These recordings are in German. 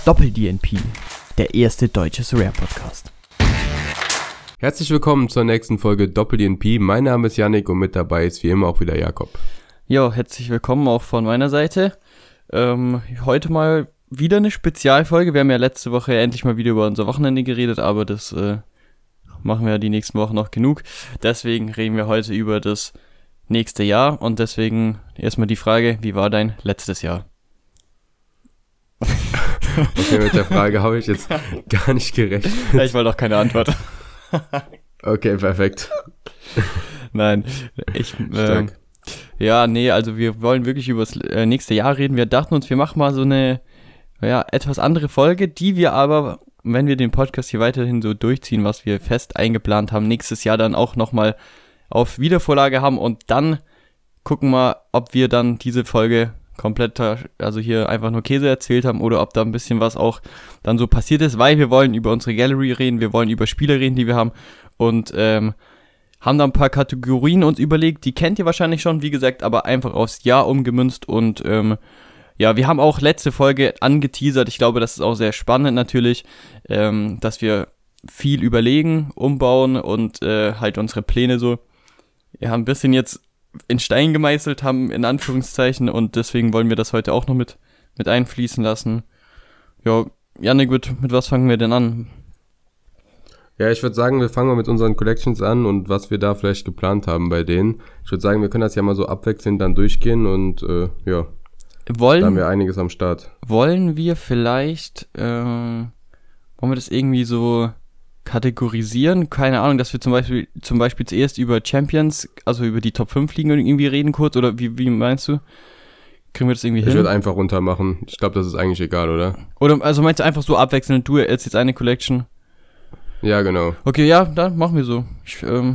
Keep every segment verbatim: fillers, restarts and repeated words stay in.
Doppel-D N P, der erste deutsche Rare-Podcast. Herzlich willkommen zur nächsten Folge Doppel-D N P. Mein Name ist Yannick und mit dabei ist wie immer auch wieder Jakob. Jo, herzlich willkommen auch von meiner Seite. Ähm, heute mal wieder eine Spezialfolge. Wir haben ja letzte Woche endlich mal wieder über unser Wochenende geredet, aber das äh, machen wir ja die nächsten Wochen noch genug. Deswegen reden wir heute über das nächste Jahr und deswegen erstmal die Frage, wie war dein letztes Jahr? Okay, mit der Frage habe ich jetzt gar nicht gerechnet. Ja, ich wollte auch keine Antwort. Okay, perfekt. Nein, ich, äh, ja, nee, also wir wollen wirklich über das äh, nächste Jahr reden. Wir dachten uns, wir machen mal so eine, ja, etwas andere Folge, die wir aber, wenn wir den Podcast hier weiterhin so durchziehen, was wir fest eingeplant haben, nächstes Jahr dann auch nochmal auf Wiedervorlage haben und dann gucken wir, ob wir dann diese Folge komplett, also hier einfach nur Käse erzählt haben oder ob da ein bisschen was auch dann so passiert ist, weil wir wollen über unsere Gallery reden, wir wollen über Spiele reden, die wir haben und ähm, haben da ein paar Kategorien uns überlegt, die kennt ihr wahrscheinlich schon, wie gesagt, aber einfach aufs Jahr umgemünzt und ähm, ja, wir haben auch letzte Folge angeteasert, ich glaube, das ist auch sehr spannend natürlich, ähm, dass wir viel überlegen, umbauen und äh, halt unsere Pläne so, wir haben ein bisschen jetzt in Stein gemeißelt haben, in Anführungszeichen, und deswegen wollen wir das heute auch noch mit, mit einfließen lassen. Ja, Janik, mit, mit was fangen wir denn an? Ja, ich würde sagen, wir fangen mal mit unseren Collections an und was wir da vielleicht geplant haben bei denen. Ich würde sagen, wir können das ja mal so abwechselnd dann durchgehen und äh, ja, wollen, da haben wir einiges am Start. Wollen wir vielleicht, äh, wollen wir das irgendwie so kategorisieren, keine Ahnung, dass wir zum Beispiel zum Beispiel zuerst über Champions, also über die Top fünf Ligen irgendwie reden kurz, oder wie, wie meinst du? Kriegen wir das irgendwie ich hin? Ich würde einfach runter machen. Ich glaube, das ist eigentlich egal, oder? Oder, also meinst du einfach so abwechselnd, du erzählst jetzt eine Collection? Ja, genau. Okay, ja, dann machen wir so. Ich ähm,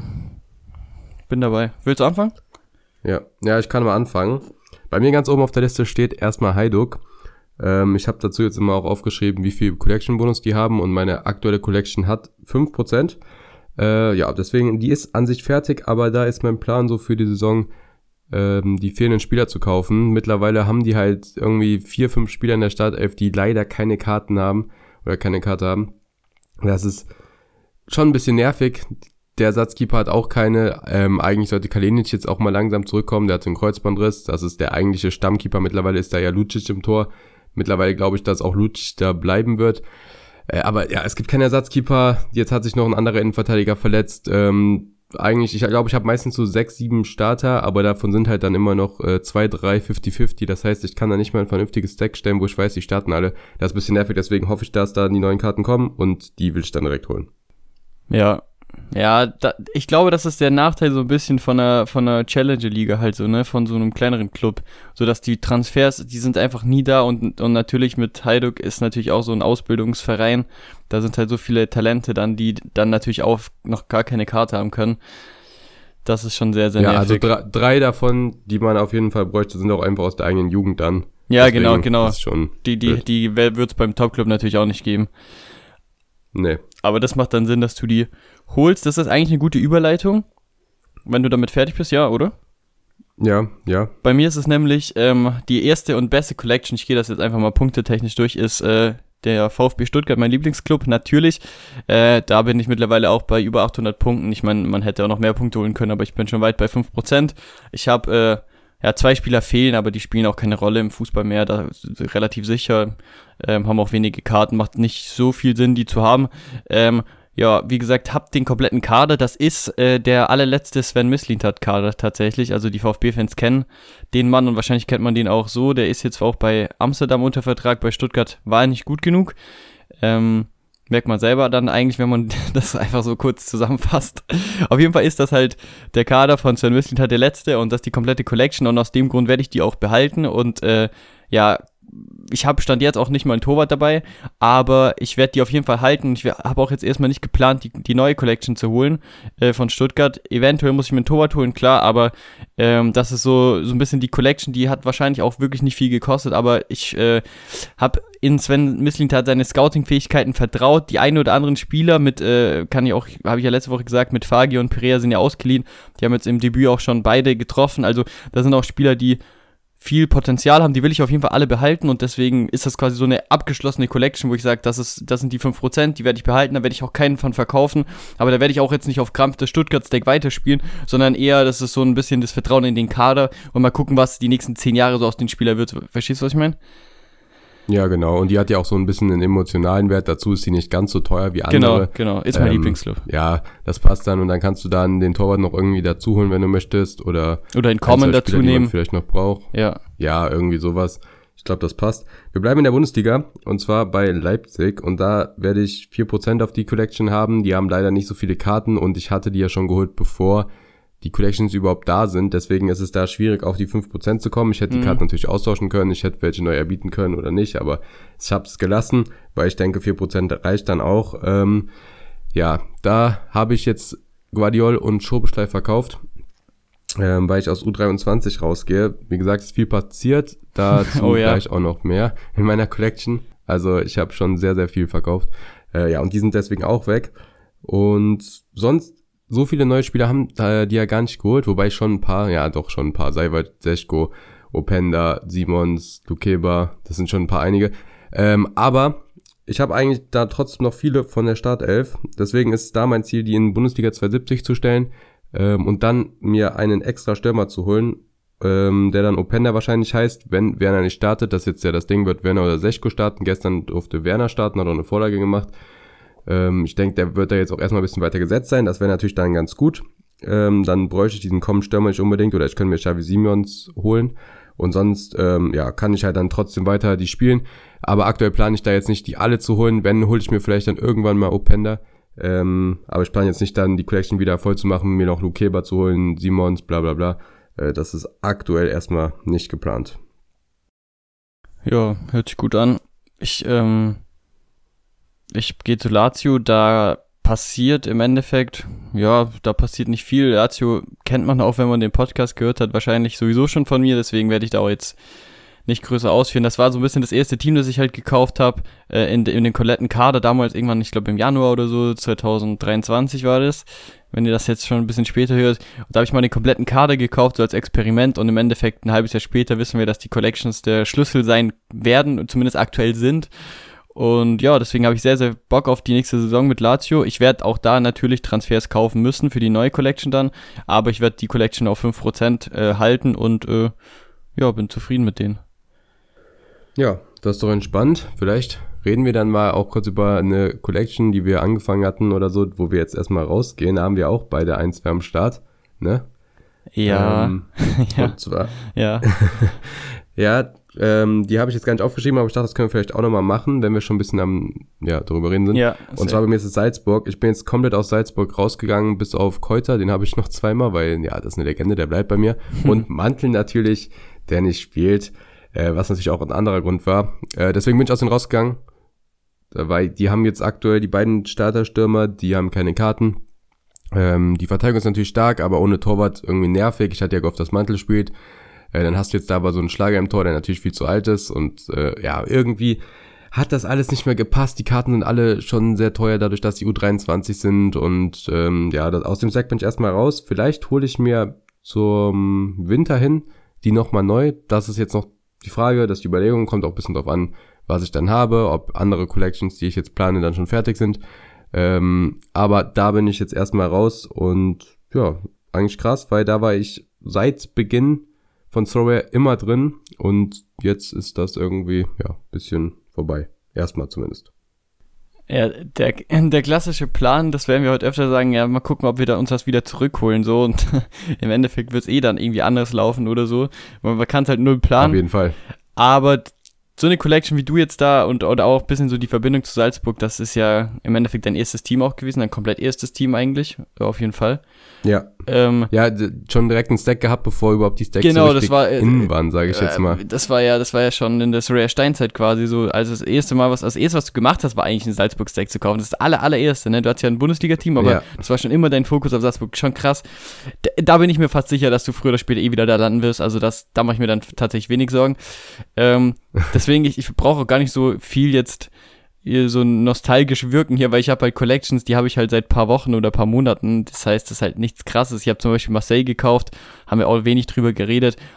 bin dabei. Willst du anfangen? Ja, ja, ich kann mal anfangen. Bei mir ganz oben auf der Liste steht erstmal Hajduk. Ähm, ich habe dazu jetzt immer auch aufgeschrieben, wie viel Collection-Bonus die haben und meine aktuelle Collection hat fünf Prozent. Äh, ja, deswegen, die ist an sich fertig, aber da ist mein Plan so für die Saison, ähm, die fehlenden Spieler zu kaufen. Mittlerweile haben die halt irgendwie vier, fünf Spieler in der Startelf, die leider keine Karten haben oder keine Karte haben. Das ist schon ein bisschen nervig. Der Ersatzkeeper hat auch keine. Ähm, eigentlich sollte Kalinic jetzt auch mal langsam zurückkommen. Der hat einen Kreuzbandriss. Das ist der eigentliche Stammkeeper. Mittlerweile ist da ja Lucic im Tor. Mittlerweile glaube ich, dass auch Lucic da bleiben wird. Äh, aber ja, es gibt keinen Ersatzkeeper. Jetzt hat sich noch ein anderer Innenverteidiger verletzt. Ähm, eigentlich, ich glaube, ich habe meistens so sechs, sieben Starter, aber davon sind halt dann immer noch äh, zwei, drei fünfzig fünfzig. Das heißt, ich kann da nicht mal ein vernünftiges Stack stellen, wo ich weiß, die starten alle. Das ist ein bisschen nervig, deswegen hoffe ich, dass da die neuen Karten kommen und die will ich dann direkt holen. Ja, ja, da, ich glaube, das ist der Nachteil so ein bisschen von einer, von einer Challenger-Liga halt so, ne, von so einem kleineren Club, so dass die Transfers, die sind einfach nie da und, und natürlich mit Hajduk ist natürlich auch so ein Ausbildungsverein, da sind halt so viele Talente dann, die dann natürlich auch noch gar keine Karte haben können. Das ist schon sehr, sehr ja, nervig. Ja, also drei, drei davon, die man auf jeden Fall bräuchte, sind auch einfach aus der eigenen Jugend dann. Ja, deswegen genau, genau. Ist schon die, die, die wird es beim Topclub natürlich auch nicht geben. Nee. Aber das macht dann Sinn, dass du die holst. Das ist eigentlich eine gute Überleitung, wenn du damit fertig bist, ja, oder? Ja, ja. Bei mir ist es nämlich ähm, die erste und beste Collection, ich gehe das jetzt einfach mal punktetechnisch durch, ist äh, der VfB Stuttgart, mein Lieblingsclub, natürlich. Äh, da bin ich mittlerweile auch bei über achthundert Punkten. Ich meine, man hätte auch noch mehr Punkte holen können, aber ich bin schon weit bei fünf Prozent. Ich habe, äh, ja, zwei Spieler fehlen, aber die spielen auch keine Rolle im Fußball mehr, da ist relativ sicher. Ähm, haben auch wenige Karten, macht nicht so viel Sinn, die zu haben. Ähm, ja, wie gesagt, habt den kompletten Kader. Das ist äh, der allerletzte Sven Mislintat-Kader tatsächlich. Also die VfB-Fans kennen den Mann und wahrscheinlich kennt man den auch so. Der ist jetzt auch bei Amsterdam unter Vertrag, bei Stuttgart war er nicht gut genug. Ähm, merkt man selber dann eigentlich, wenn man das einfach so kurz zusammenfasst. Auf jeden Fall ist das halt der Kader von Sven Mislintat der letzte und das die komplette Collection und aus dem Grund werde ich die auch behalten und äh, ja, ich habe Stand jetzt auch nicht mal einen Torwart dabei, aber ich werde die auf jeden Fall halten. Ich habe auch jetzt erstmal nicht geplant, die, die neue Collection zu holen äh, von Stuttgart. Eventuell muss ich mir einen Torwart holen, klar, aber ähm, das ist so, so ein bisschen die Collection, die hat wahrscheinlich auch wirklich nicht viel gekostet, aber ich äh, habe in Sven Mislintat seine Scouting-Fähigkeiten vertraut. Die einen oder anderen Spieler mit, äh, kann ich auch, habe ich ja letzte Woche gesagt, mit Fagio und Perea sind ja ausgeliehen. Die haben jetzt im Debüt auch schon beide getroffen. Also da sind auch Spieler, die viel Potenzial haben, die will ich auf jeden Fall alle behalten und deswegen ist das quasi so eine abgeschlossene Collection, wo ich sage, das ist, das sind die fünf Prozent, die werde ich behalten, da werde ich auch keinen von verkaufen, aber da werde ich auch jetzt nicht auf Krampf das Stuttgart-Stack weiterspielen, sondern eher, das ist so ein bisschen das Vertrauen in den Kader und mal gucken, was die nächsten zehn Jahre so aus den Spielern wird. Verstehst du, was ich meine? Ja, genau. Und die hat ja auch so ein bisschen einen emotionalen Wert. Dazu ist sie nicht ganz so teuer wie andere. Genau, genau. Ist mein ähm, Lieblingsclub. Ja, das passt dann. Und dann kannst du dann den Torwart noch irgendwie dazu holen, wenn du möchtest. Oder, oder in Common dazu nehmen. Die man vielleicht noch braucht. Ja. Ja, irgendwie sowas. Ich glaube, das passt. Wir bleiben in der Bundesliga. Und zwar bei Leipzig. Und da werde ich vier Prozent auf die Collection haben. Die haben leider nicht so viele Karten. Und ich hatte die ja schon geholt, bevor die Collections überhaupt da sind, deswegen ist es da schwierig, auf die fünf Prozent zu kommen. Ich hätte die Mhm. Karten natürlich austauschen können, ich hätte welche neu erbieten können oder nicht, aber ich habe es gelassen, weil ich denke, vier Prozent reicht dann auch. Ähm, ja, da habe ich jetzt Guardiol und Schobeschlei verkauft, ähm, weil ich aus U dreiundzwanzig rausgehe. Wie gesagt, ist viel passiert, dazu Oh ja. gleich auch noch mehr in meiner Collection. Also ich habe schon sehr, sehr viel verkauft. Äh, ja, und die sind deswegen auch weg. Und sonst so viele neue Spieler haben äh, die ja gar nicht geholt, wobei schon ein paar, ja doch schon ein paar, Seiwert, Sechko, Openda, Simons, Lukeba, das sind schon ein paar einige. Ähm, aber ich habe eigentlich da trotzdem noch viele von der Startelf, deswegen ist da mein Ziel, die in Bundesliga zweihundertsiebzig zu stellen ähm, und dann mir einen extra Stürmer zu holen, ähm, der dann Openda wahrscheinlich heißt, wenn Werner nicht startet, das jetzt ja das Ding wird, Werner oder Sechko starten. Gestern durfte Werner starten, hat auch eine Vorlage gemacht. Ich denke, der wird da jetzt auch erstmal ein bisschen weiter gesetzt sein. Das wäre natürlich dann ganz gut. Ähm, dann bräuchte ich diesen Kommen-Stürmer nicht unbedingt oder ich könnte mir Xavi Simons holen. Und sonst, ähm, ja, kann ich halt dann trotzdem weiter die spielen. Aber aktuell plane ich da jetzt nicht, die alle zu holen. Wenn, hole ich mir vielleicht dann irgendwann mal Openda. Ähm, aber ich plane jetzt nicht dann, die Collection wieder voll zu machen, mir noch Lukeba zu holen, Simons, bla bla bla. Äh, das ist aktuell erstmal nicht geplant. Ja, hört sich gut an. Ich, ähm... Ich gehe zu Lazio, da passiert im Endeffekt, ja, da passiert nicht viel. Lazio kennt man auch, wenn man den Podcast gehört hat, wahrscheinlich sowieso schon von mir, deswegen werde ich da auch jetzt nicht größer ausführen. Das war so ein bisschen das erste Team, das ich halt gekauft habe, äh, in, in den kompletten Kader, damals irgendwann, ich glaube im Januar oder so, zwanzig dreiundzwanzig war das, wenn ihr das jetzt schon ein bisschen später hört. Und da habe ich mal den kompletten Kader gekauft, so als Experiment und im Endeffekt ein halbes Jahr später wissen wir, dass die Collections der Schlüssel sein werden und zumindest aktuell sind. Und ja, deswegen habe ich sehr, sehr Bock auf die nächste Saison mit Lazio. Ich werde auch da natürlich Transfers kaufen müssen für die neue Collection dann, aber ich werde die Collection auf fünf Prozent äh, halten und äh, ja, bin zufrieden mit denen. Ja, das ist doch entspannt. Vielleicht reden wir dann mal auch kurz über eine Collection, die wir angefangen hatten oder so, wo wir jetzt erstmal rausgehen. Da haben wir auch beide ein, zwei am Start, ne? Ja. Ähm, ja. Und zwar, ja. ja, ähm, die habe ich jetzt gar nicht aufgeschrieben, aber ich dachte, das können wir vielleicht auch nochmal machen, wenn wir schon ein bisschen am, ja, darüber reden sind. Ja, und zwar bei mir ist es Salzburg. Ich bin jetzt komplett aus Salzburg rausgegangen, bis auf Keuter, den habe ich noch zweimal, weil, ja, das ist eine Legende, der bleibt bei mir. Und Mantel natürlich, der nicht spielt, äh, was natürlich auch ein anderer Grund war. Äh, deswegen bin ich aus denen rausgegangen, weil die haben jetzt aktuell, die beiden Starterstürmer, die haben keine Karten. Ähm, die Verteidigung ist natürlich stark, aber ohne Torwart irgendwie nervig. Ich hatte ja gehofft, dass Mantel spielt. Äh, dann hast du jetzt da aber so einen Schlager im Tor, der natürlich viel zu alt ist. Und äh, ja, irgendwie hat das alles nicht mehr gepasst. Die Karten sind alle schon sehr teuer, dadurch, dass die U dreiundzwanzig sind. Und ähm, ja, das, aus dem Sack bin ich erstmal raus. Vielleicht hole ich mir zum Winter hin die nochmal neu. Das ist jetzt noch die Frage, dass die Überlegung kommt auch ein bisschen drauf an, was ich dann habe, ob andere Collections, die ich jetzt plane, dann schon fertig sind. Ähm, aber da bin ich jetzt erstmal raus und ja, eigentlich krass, weil da war ich seit Beginn von Throwaway immer drin und jetzt ist das irgendwie, ja, bisschen vorbei. Erstmal zumindest. Ja, der, der klassische Plan, das werden wir heute öfter sagen, ja, mal gucken, ob wir da uns das wieder zurückholen, so, und im Endeffekt wird es eh dann irgendwie anders laufen oder so. Man, man kann es halt null planen. Auf jeden Fall. Aber so eine Collection wie du jetzt da und oder auch ein bisschen so die Verbindung zu Salzburg, das ist ja im Endeffekt dein erstes Team auch gewesen, dein komplett erstes Team eigentlich, auf jeden Fall. Ja. Ähm, ja, d- schon direkt einen Stack gehabt, bevor überhaupt die Stacks genau, so das war, äh, innen waren, sage ich äh, jetzt mal. Das war ja, das war ja schon in der Rare Steinzeit quasi so, also das erste Mal, was, das erste, was du gemacht hast, war eigentlich einen Salzburg-Stack zu kaufen. Das ist das aller, allererste, ne? Du hattest ja ein Bundesliga-Team, aber Ja. das war schon immer dein Fokus auf Salzburg, schon krass. Da, da bin ich mir fast sicher, dass du früher oder später eh wieder da landen wirst, also das, da mache ich mir dann tatsächlich wenig Sorgen. Ähm, deswegen, ich, ich brauche auch gar nicht so viel jetzt so nostalgisch wirken hier, weil ich habe halt Collections, die habe ich halt seit paar Wochen oder paar Monaten, das heißt, das ist halt nichts Krasses. Ich habe zum Beispiel Marseille gekauft, haben wir auch wenig drüber geredet,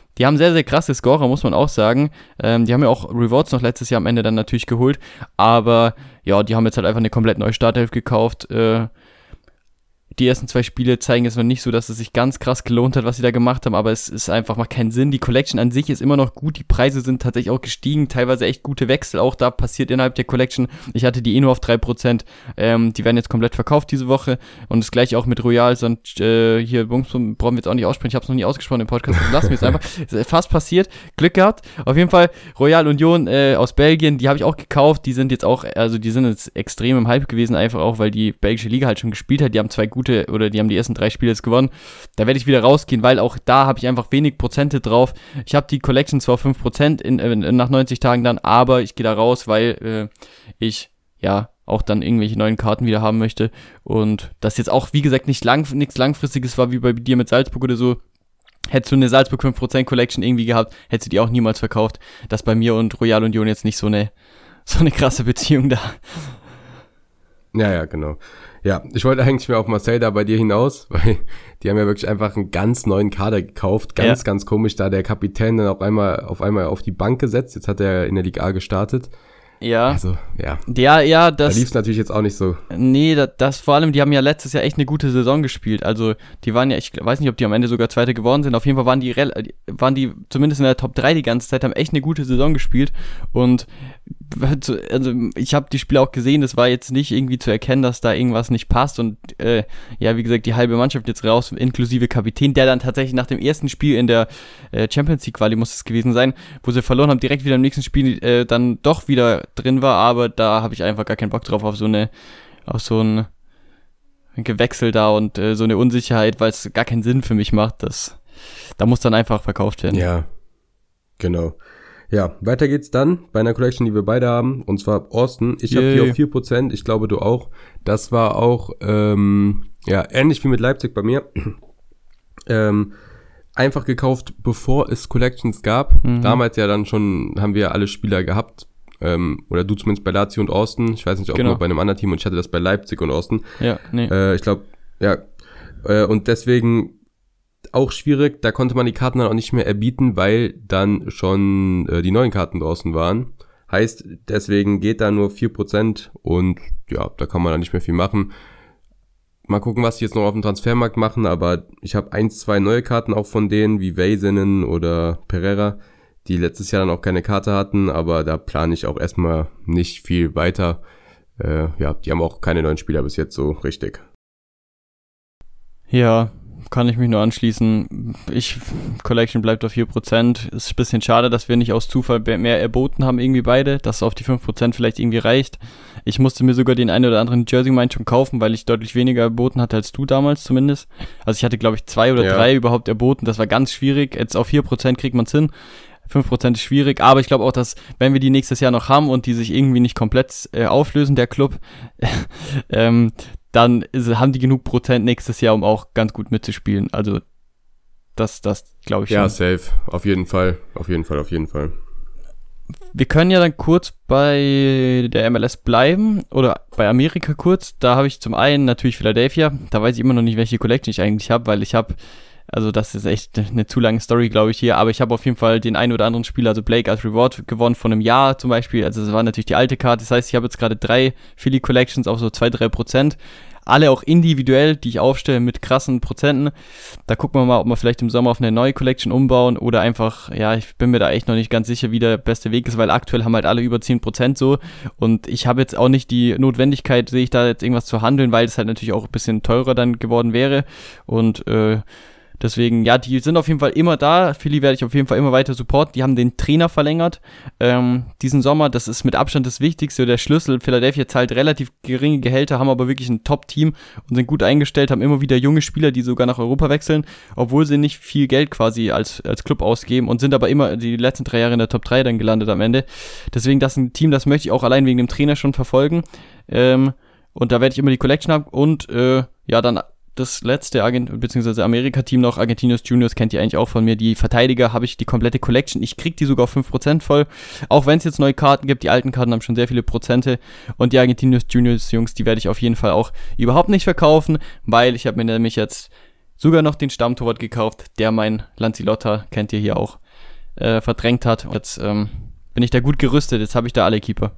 die haben sehr, sehr krasse Scorer, muss man auch sagen. Ähm, die haben ja auch Rewards noch letztes Jahr am Ende dann natürlich geholt, aber ja, die haben jetzt halt einfach eine komplett neue Startelf gekauft. Äh, Die ersten zwei Spiele zeigen jetzt noch nicht so, dass es sich ganz krass gelohnt hat, was sie da gemacht haben, aber es ist einfach, macht keinen Sinn. Die Collection an sich ist immer noch gut, die Preise sind tatsächlich auch gestiegen, teilweise echt gute Wechsel, auch da passiert innerhalb der Collection. Ich hatte die eh nur auf drei Prozent, ähm, die werden jetzt komplett verkauft diese Woche und das gleiche auch mit Royal, sonst äh, hier, Bumsbum, brauchen wir jetzt auch nicht aussprechen, ich habe es noch nie ausgesprochen im Podcast, lassen wir es einfach. Ist fast passiert, Glück gehabt. Auf jeden Fall, Royal Union äh, aus Belgien, die habe ich auch gekauft, die sind jetzt auch, also die sind jetzt extrem im Hype gewesen, einfach auch, weil die belgische Liga halt schon gespielt hat, die haben zwei gute oder die haben die ersten drei Spiele jetzt gewonnen. Da werde ich wieder rausgehen, weil auch da habe ich einfach wenig Prozente drauf. Ich habe die Collection zwar auf fünf Prozent in, in, nach neunzig Tagen dann, aber ich gehe da raus, weil äh, ich ja auch dann irgendwelche neuen Karten wieder haben möchte und das jetzt auch, wie gesagt, nicht lang, nichts Langfristiges war wie bei dir mit Salzburg oder so. Hättest du eine Salzburg fünf Prozent Collection irgendwie gehabt, hättest du die auch niemals verkauft. Das bei mir und Royal Union jetzt nicht so eine so eine krasse Beziehung da. Ja, ja, genau. Ja, ich wollte eigentlich mehr auf Marseille da bei dir hinaus, weil die haben ja wirklich einfach einen ganz neuen Kader gekauft. Ganz, ja. ganz komisch, da der Kapitän dann auf einmal, auf einmal auf die Bank gesetzt. Jetzt hat er in der Liga A gestartet. Ja. Also, ja. Ja, ja, das. Da lief es natürlich jetzt auch nicht so. Nee, das, das vor allem, die haben ja letztes Jahr echt eine gute Saison gespielt. Also, die waren ja, ich weiß nicht, ob die am Ende sogar Zweite geworden sind. Auf jeden Fall waren die, waren die zumindest in der Top drei die ganze Zeit, haben echt eine gute Saison gespielt. Und, also, ich habe die Spiele auch gesehen, es war jetzt nicht irgendwie zu erkennen, dass da irgendwas nicht passt. Und, äh, ja, wie gesagt, die halbe Mannschaft jetzt raus, inklusive Kapitän, der dann tatsächlich nach dem ersten Spiel in der äh, Champions League Quali muss es gewesen sein, wo sie verloren haben, direkt wieder im nächsten Spiel äh, dann doch wieder drin war, aber da habe ich einfach gar keinen Bock drauf auf so eine, auf so ein Gewechsel da und äh, so eine Unsicherheit, weil es gar keinen Sinn für mich macht. Das, da muss dann einfach verkauft werden. Ja, genau. Ja, weiter geht's dann bei einer Collection, die wir beide haben, und zwar Austin. Ich habe die auf vier Prozent, ich glaube du auch. Das war auch, ähm, ja, ähnlich wie mit Leipzig bei mir. ähm, einfach gekauft, bevor es Collections gab. Mhm. Damals ja dann schon, haben wir alle Spieler gehabt. Ähm, oder du zumindest bei Lazio und Austin. Ich weiß nicht, ob genau. nur bei einem anderen Team, und ich hatte das bei Leipzig und Austin. Ja, nee. Äh, ich glaube, ja. Äh, und deswegen auch schwierig, da konnte man die Karten dann auch nicht mehr erbieten, weil dann schon äh, die neuen Karten draußen waren. Heißt, deswegen geht da nur vier Prozent und ja, da kann man dann nicht mehr viel machen. Mal gucken, was die jetzt noch auf dem Transfermarkt machen, aber ich habe eins, zwei neue Karten auch von denen, wie Väisänen oder Pereira, die letztes Jahr dann auch keine Karte hatten, aber da plane ich auch erstmal nicht viel weiter. Äh, ja, die haben auch keine neuen Spieler bis jetzt so richtig. Ja, kann ich mich nur anschließen. Ich, Collection bleibt auf vier Prozent. Ist ein bisschen schade, dass wir nicht aus Zufall mehr erboten haben, irgendwie beide, dass es auf die fünf Prozent vielleicht irgendwie reicht. Ich musste mir sogar den einen oder anderen Jersey-Mind schon kaufen, weil ich deutlich weniger erboten hatte als du damals zumindest. Also ich hatte, glaube ich, zwei oder ja. drei überhaupt erboten. Das war ganz schwierig. Jetzt auf vier Prozent kriegt man es hin. fünf Prozent ist schwierig, aber ich glaube auch, dass, wenn wir die nächstes Jahr noch haben und die sich irgendwie nicht komplett äh, auflösen, der Club, ähm, dann ist, haben die genug Prozent nächstes Jahr, um auch ganz gut mitzuspielen. Also das, das glaube ich ja, schon. Ja, safe. Auf jeden Fall. Auf jeden Fall, auf jeden Fall. Wir können ja dann kurz bei der M L S bleiben oder bei Amerika kurz. Da habe ich zum einen natürlich Philadelphia. Da weiß ich immer noch nicht, welche Collection ich eigentlich habe, weil ich habe, also das ist echt eine zu lange Story, glaube ich, hier. Aber ich habe auf jeden Fall den einen oder anderen Spieler, also Blake als Reward gewonnen von einem Jahr zum Beispiel. Also das war natürlich die alte Karte. Das heißt, ich habe jetzt gerade drei Philly Collections auf so zwei, drei Prozent. Alle auch individuell, die ich aufstelle mit krassen Prozenten. Da gucken wir mal, ob wir vielleicht im Sommer auf eine neue Collection umbauen oder einfach, ja, ich bin mir da echt noch nicht ganz sicher, wie der beste Weg ist, weil aktuell haben halt alle über zehn Prozent so und ich habe jetzt auch nicht die Notwendigkeit, sehe ich da jetzt irgendwas zu handeln, weil es halt natürlich auch ein bisschen teurer dann geworden wäre und äh, deswegen, ja, die sind auf jeden Fall immer da. Philly werde ich auf jeden Fall immer weiter supporten. Die haben den Trainer verlängert ähm, diesen Sommer. Das ist mit Abstand das Wichtigste, der Schlüssel. Philadelphia zahlt relativ geringe Gehälter, haben aber wirklich ein Top-Team und sind gut eingestellt, haben immer wieder junge Spieler, die sogar nach Europa wechseln, obwohl sie nicht viel Geld quasi als, als Club ausgeben und sind aber immer die letzten drei Jahre in der Top drei dann gelandet am Ende. Deswegen, das ist ein Team, das möchte ich auch allein wegen dem Trainer schon verfolgen. Ähm, und da werde ich immer die Collection haben und äh, ja, dann das letzte Argent- bzw. Amerika-Team noch, Argentinos Juniors, kennt ihr eigentlich auch von mir. Die Verteidiger habe ich die komplette Collection. Ich kriege die sogar auf fünf Prozent voll. Auch wenn es jetzt neue Karten gibt, die alten Karten haben schon sehr viele Prozente. Und die Argentinos Juniors Jungs, die werde ich auf jeden Fall auch überhaupt nicht verkaufen, weil ich habe mir nämlich jetzt sogar noch den Stammtorwart gekauft, der mein Lanzilotta, kennt ihr hier auch, äh, verdrängt hat. Und jetzt ähm, bin ich da gut gerüstet, jetzt habe ich da alle Keeper.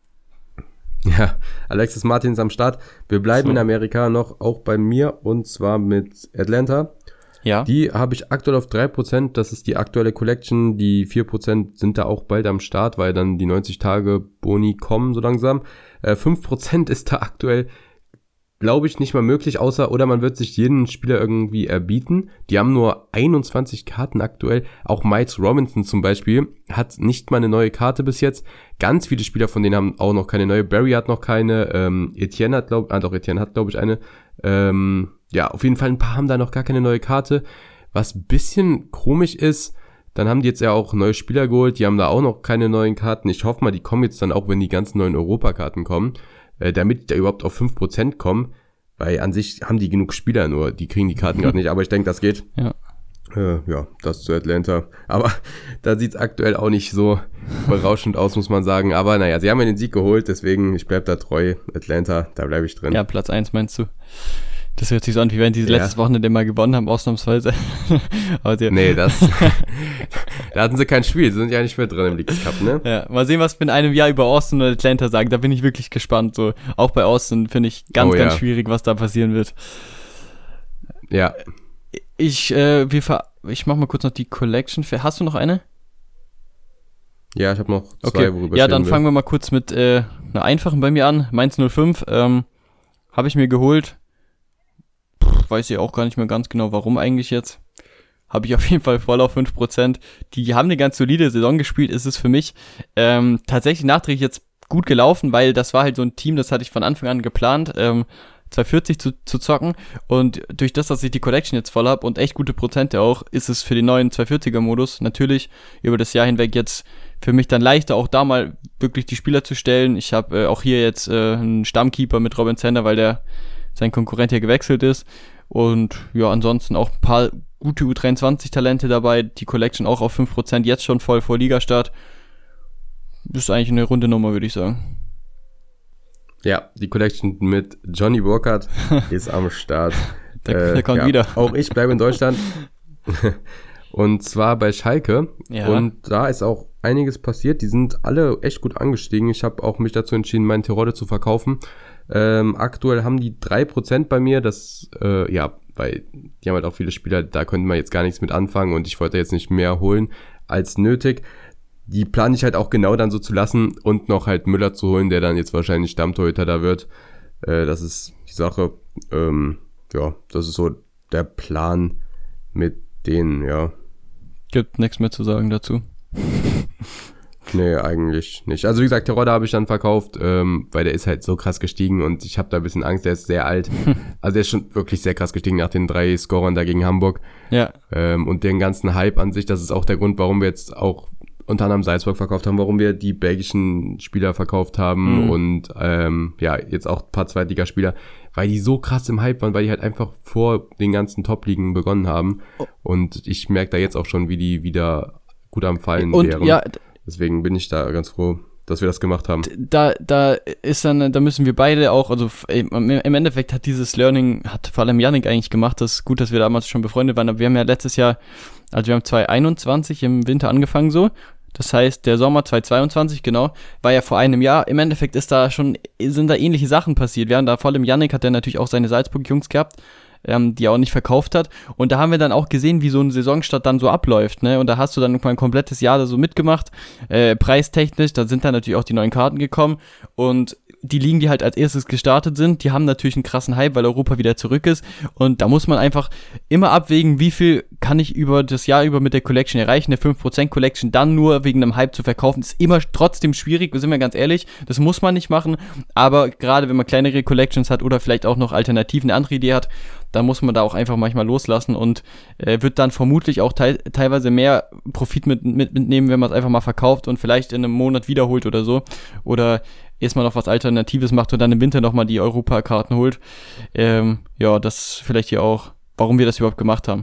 Ja, Alexis Martins am Start. Wir bleiben so in Amerika noch, auch bei mir, und zwar mit Atlanta. Ja. Die habe ich aktuell auf drei Prozent, das ist die aktuelle Collection, die vier Prozent sind da auch bald am Start, weil dann die neunzig Tage Boni kommen so langsam. Äh, fünf Prozent ist da aktuell, glaube ich, nicht mal möglich, außer, oder man wird sich jeden Spieler irgendwie erbieten. Die haben nur einundzwanzig Karten aktuell. Auch Miles Robinson zum Beispiel hat nicht mal eine neue Karte bis jetzt. Ganz viele Spieler von denen haben auch noch keine neue. Barry hat noch keine. Ähm, Etienne hat, glaube ah, doch, Etienne hat, glaube ich, eine. Ähm, ja, auf jeden Fall ein paar haben da noch gar keine neue Karte. Was ein bisschen komisch ist, dann haben die jetzt ja auch neue Spieler geholt. Die haben da auch noch keine neuen Karten. Ich hoffe mal, die kommen jetzt dann auch, wenn die ganzen neuen Europakarten kommen, äh, damit die da überhaupt auf fünf Prozent kommen. Weil an sich haben die genug Spieler, nur die kriegen die Karten gerade nicht. Aber ich denke, das geht. Ja. Äh, ja, das zu Atlanta. Aber da sieht's aktuell auch nicht so berauschend aus, muss man sagen. Aber naja, sie haben ja den Sieg geholt, deswegen, ich bleib da treu. Atlanta, da bleibe ich drin. Ja, Platz eins meinst du? Das hört sich so an, wie wenn die ja. letztes Wochenende mal gewonnen haben, ausnahmsweise. Aber nee, das da hatten sie kein Spiel, sie sind ja nicht mehr drin im Leagues Cup, ne? Ja, mal sehen, was wir in einem Jahr über Austin und Atlanta sagen. Da bin ich wirklich gespannt. So, auch bei Austin finde ich ganz, oh, ganz ja. schwierig, was da passieren wird. Ja. Ich, äh, wir ver- ich mach mal kurz noch die Collection. Hast du noch eine? Ja, ich habe noch zwei, okay. worüber Ja, ich dann reden fangen will. wir mal kurz mit äh, einer einfachen bei mir an. Mainz null fünf, ähm, habe ich mir geholt. Pff, weiß ich auch gar nicht mehr ganz genau, warum eigentlich jetzt. Habe ich auf jeden Fall voll auf fünf Prozent. Die haben eine ganz solide Saison gespielt, ist es für mich. Ähm, tatsächlich nachträglich jetzt gut gelaufen, weil das war halt so ein Team, das hatte ich von Anfang an geplant, ähm, zweihundertvierzig zu, zu zocken. Und durch das, dass ich die Collection jetzt voll habe und echt gute Prozente auch, ist es für den neuen zweihundertvierziger-Modus natürlich über das Jahr hinweg jetzt für mich dann leichter, auch da mal wirklich die Spieler zu stellen. Ich habe äh, auch hier jetzt äh, einen Stammkeeper mit Robin Zander, weil der sein Konkurrent hier gewechselt ist. Und ja, ansonsten auch ein paar gute U dreiundzwanzig-Talente dabei. Die Collection auch auf fünf Prozent, jetzt schon voll vor Ligastart. Das ist eigentlich eine runde Nummer, würde ich sagen. Ja, die Collection mit Johnny Burkhardt ist am Start. Der, äh, der kommt ja. wieder. Auch ich bleibe in Deutschland. Und zwar bei Schalke. Ja. Und da ist auch einiges passiert. Die sind alle echt gut angestiegen. Ich habe auch mich dazu entschieden, meinen Terodde zu verkaufen. Ähm, aktuell haben die drei Prozent bei mir. Das, äh, ja, weil die haben halt auch viele Spieler, da könnte man jetzt gar nichts mit anfangen. Und ich wollte jetzt nicht mehr holen als nötig. Die plane ich halt auch genau dann so zu lassen und noch halt Müller zu holen, der dann jetzt wahrscheinlich Stammtorhüter da wird. Äh, das ist die Sache. Ähm, ja, das ist so der Plan mit denen, ja. Gibt nichts mehr zu sagen dazu. Nee, eigentlich nicht. Also wie gesagt, Terodde habe ich dann verkauft, ähm, weil der ist halt so krass gestiegen und ich habe da ein bisschen Angst, der ist sehr alt. Also der ist schon wirklich sehr krass gestiegen nach den drei Scorern da gegen Hamburg. Ja. Ähm, und den ganzen Hype an sich, das ist auch der Grund, warum wir jetzt auch unter anderem Salzburg verkauft haben, warum wir die belgischen Spieler verkauft haben mhm. und ähm, ja, jetzt auch ein paar Zweitligaspieler, weil die so krass im Hype waren, weil die halt einfach vor den ganzen Top-Ligen begonnen haben. Oh. Und ich merke da jetzt auch schon, wie die wieder gut am Fallen und, wären. Ja, deswegen bin ich da ganz froh, dass wir das gemacht haben. Da, da ist dann, da müssen wir beide auch, also im Endeffekt hat dieses Learning, hat vor allem Yannick eigentlich gemacht, das ist gut, dass wir damals schon befreundet waren, aber wir haben ja letztes Jahr, also wir haben zwanzig einundzwanzig im Winter angefangen so, das heißt, der Sommer zwanzig zweiundzwanzig, genau, war ja vor einem Jahr. Im Endeffekt ist da schon, sind da ähnliche Sachen passiert. Wir haben da vor allem Yannick, hat der natürlich auch seine Salzburg-Jungs gehabt, ähm, die er auch nicht verkauft hat. Und da haben wir dann auch gesehen, wie so ein Saisonstart dann so abläuft, ne? Und da hast du dann mal ein komplettes Jahr da so mitgemacht, äh, preistechnisch, da sind dann natürlich auch die neuen Karten gekommen und die Ligen, die halt als erstes gestartet sind, die haben natürlich einen krassen Hype, weil Europa wieder zurück ist und da muss man einfach immer abwägen, wie viel kann ich über das Jahr über mit der Collection erreichen, eine fünf Prozent Collection dann nur wegen einem Hype zu verkaufen, ist immer trotzdem schwierig, sind wir ganz ehrlich, das muss man nicht machen, aber gerade wenn man kleinere Collections hat oder vielleicht auch noch Alternativen, eine andere Idee hat, dann muss man da auch einfach manchmal loslassen und äh, wird dann vermutlich auch te- teilweise mehr Profit mit, mit, mitnehmen, wenn man es einfach mal verkauft und vielleicht in einem Monat wiederholt oder so oder erstmal noch was Alternatives macht und dann im Winter nochmal die Europakarten holt. Ähm, ja, das vielleicht hier auch, warum wir das überhaupt gemacht haben.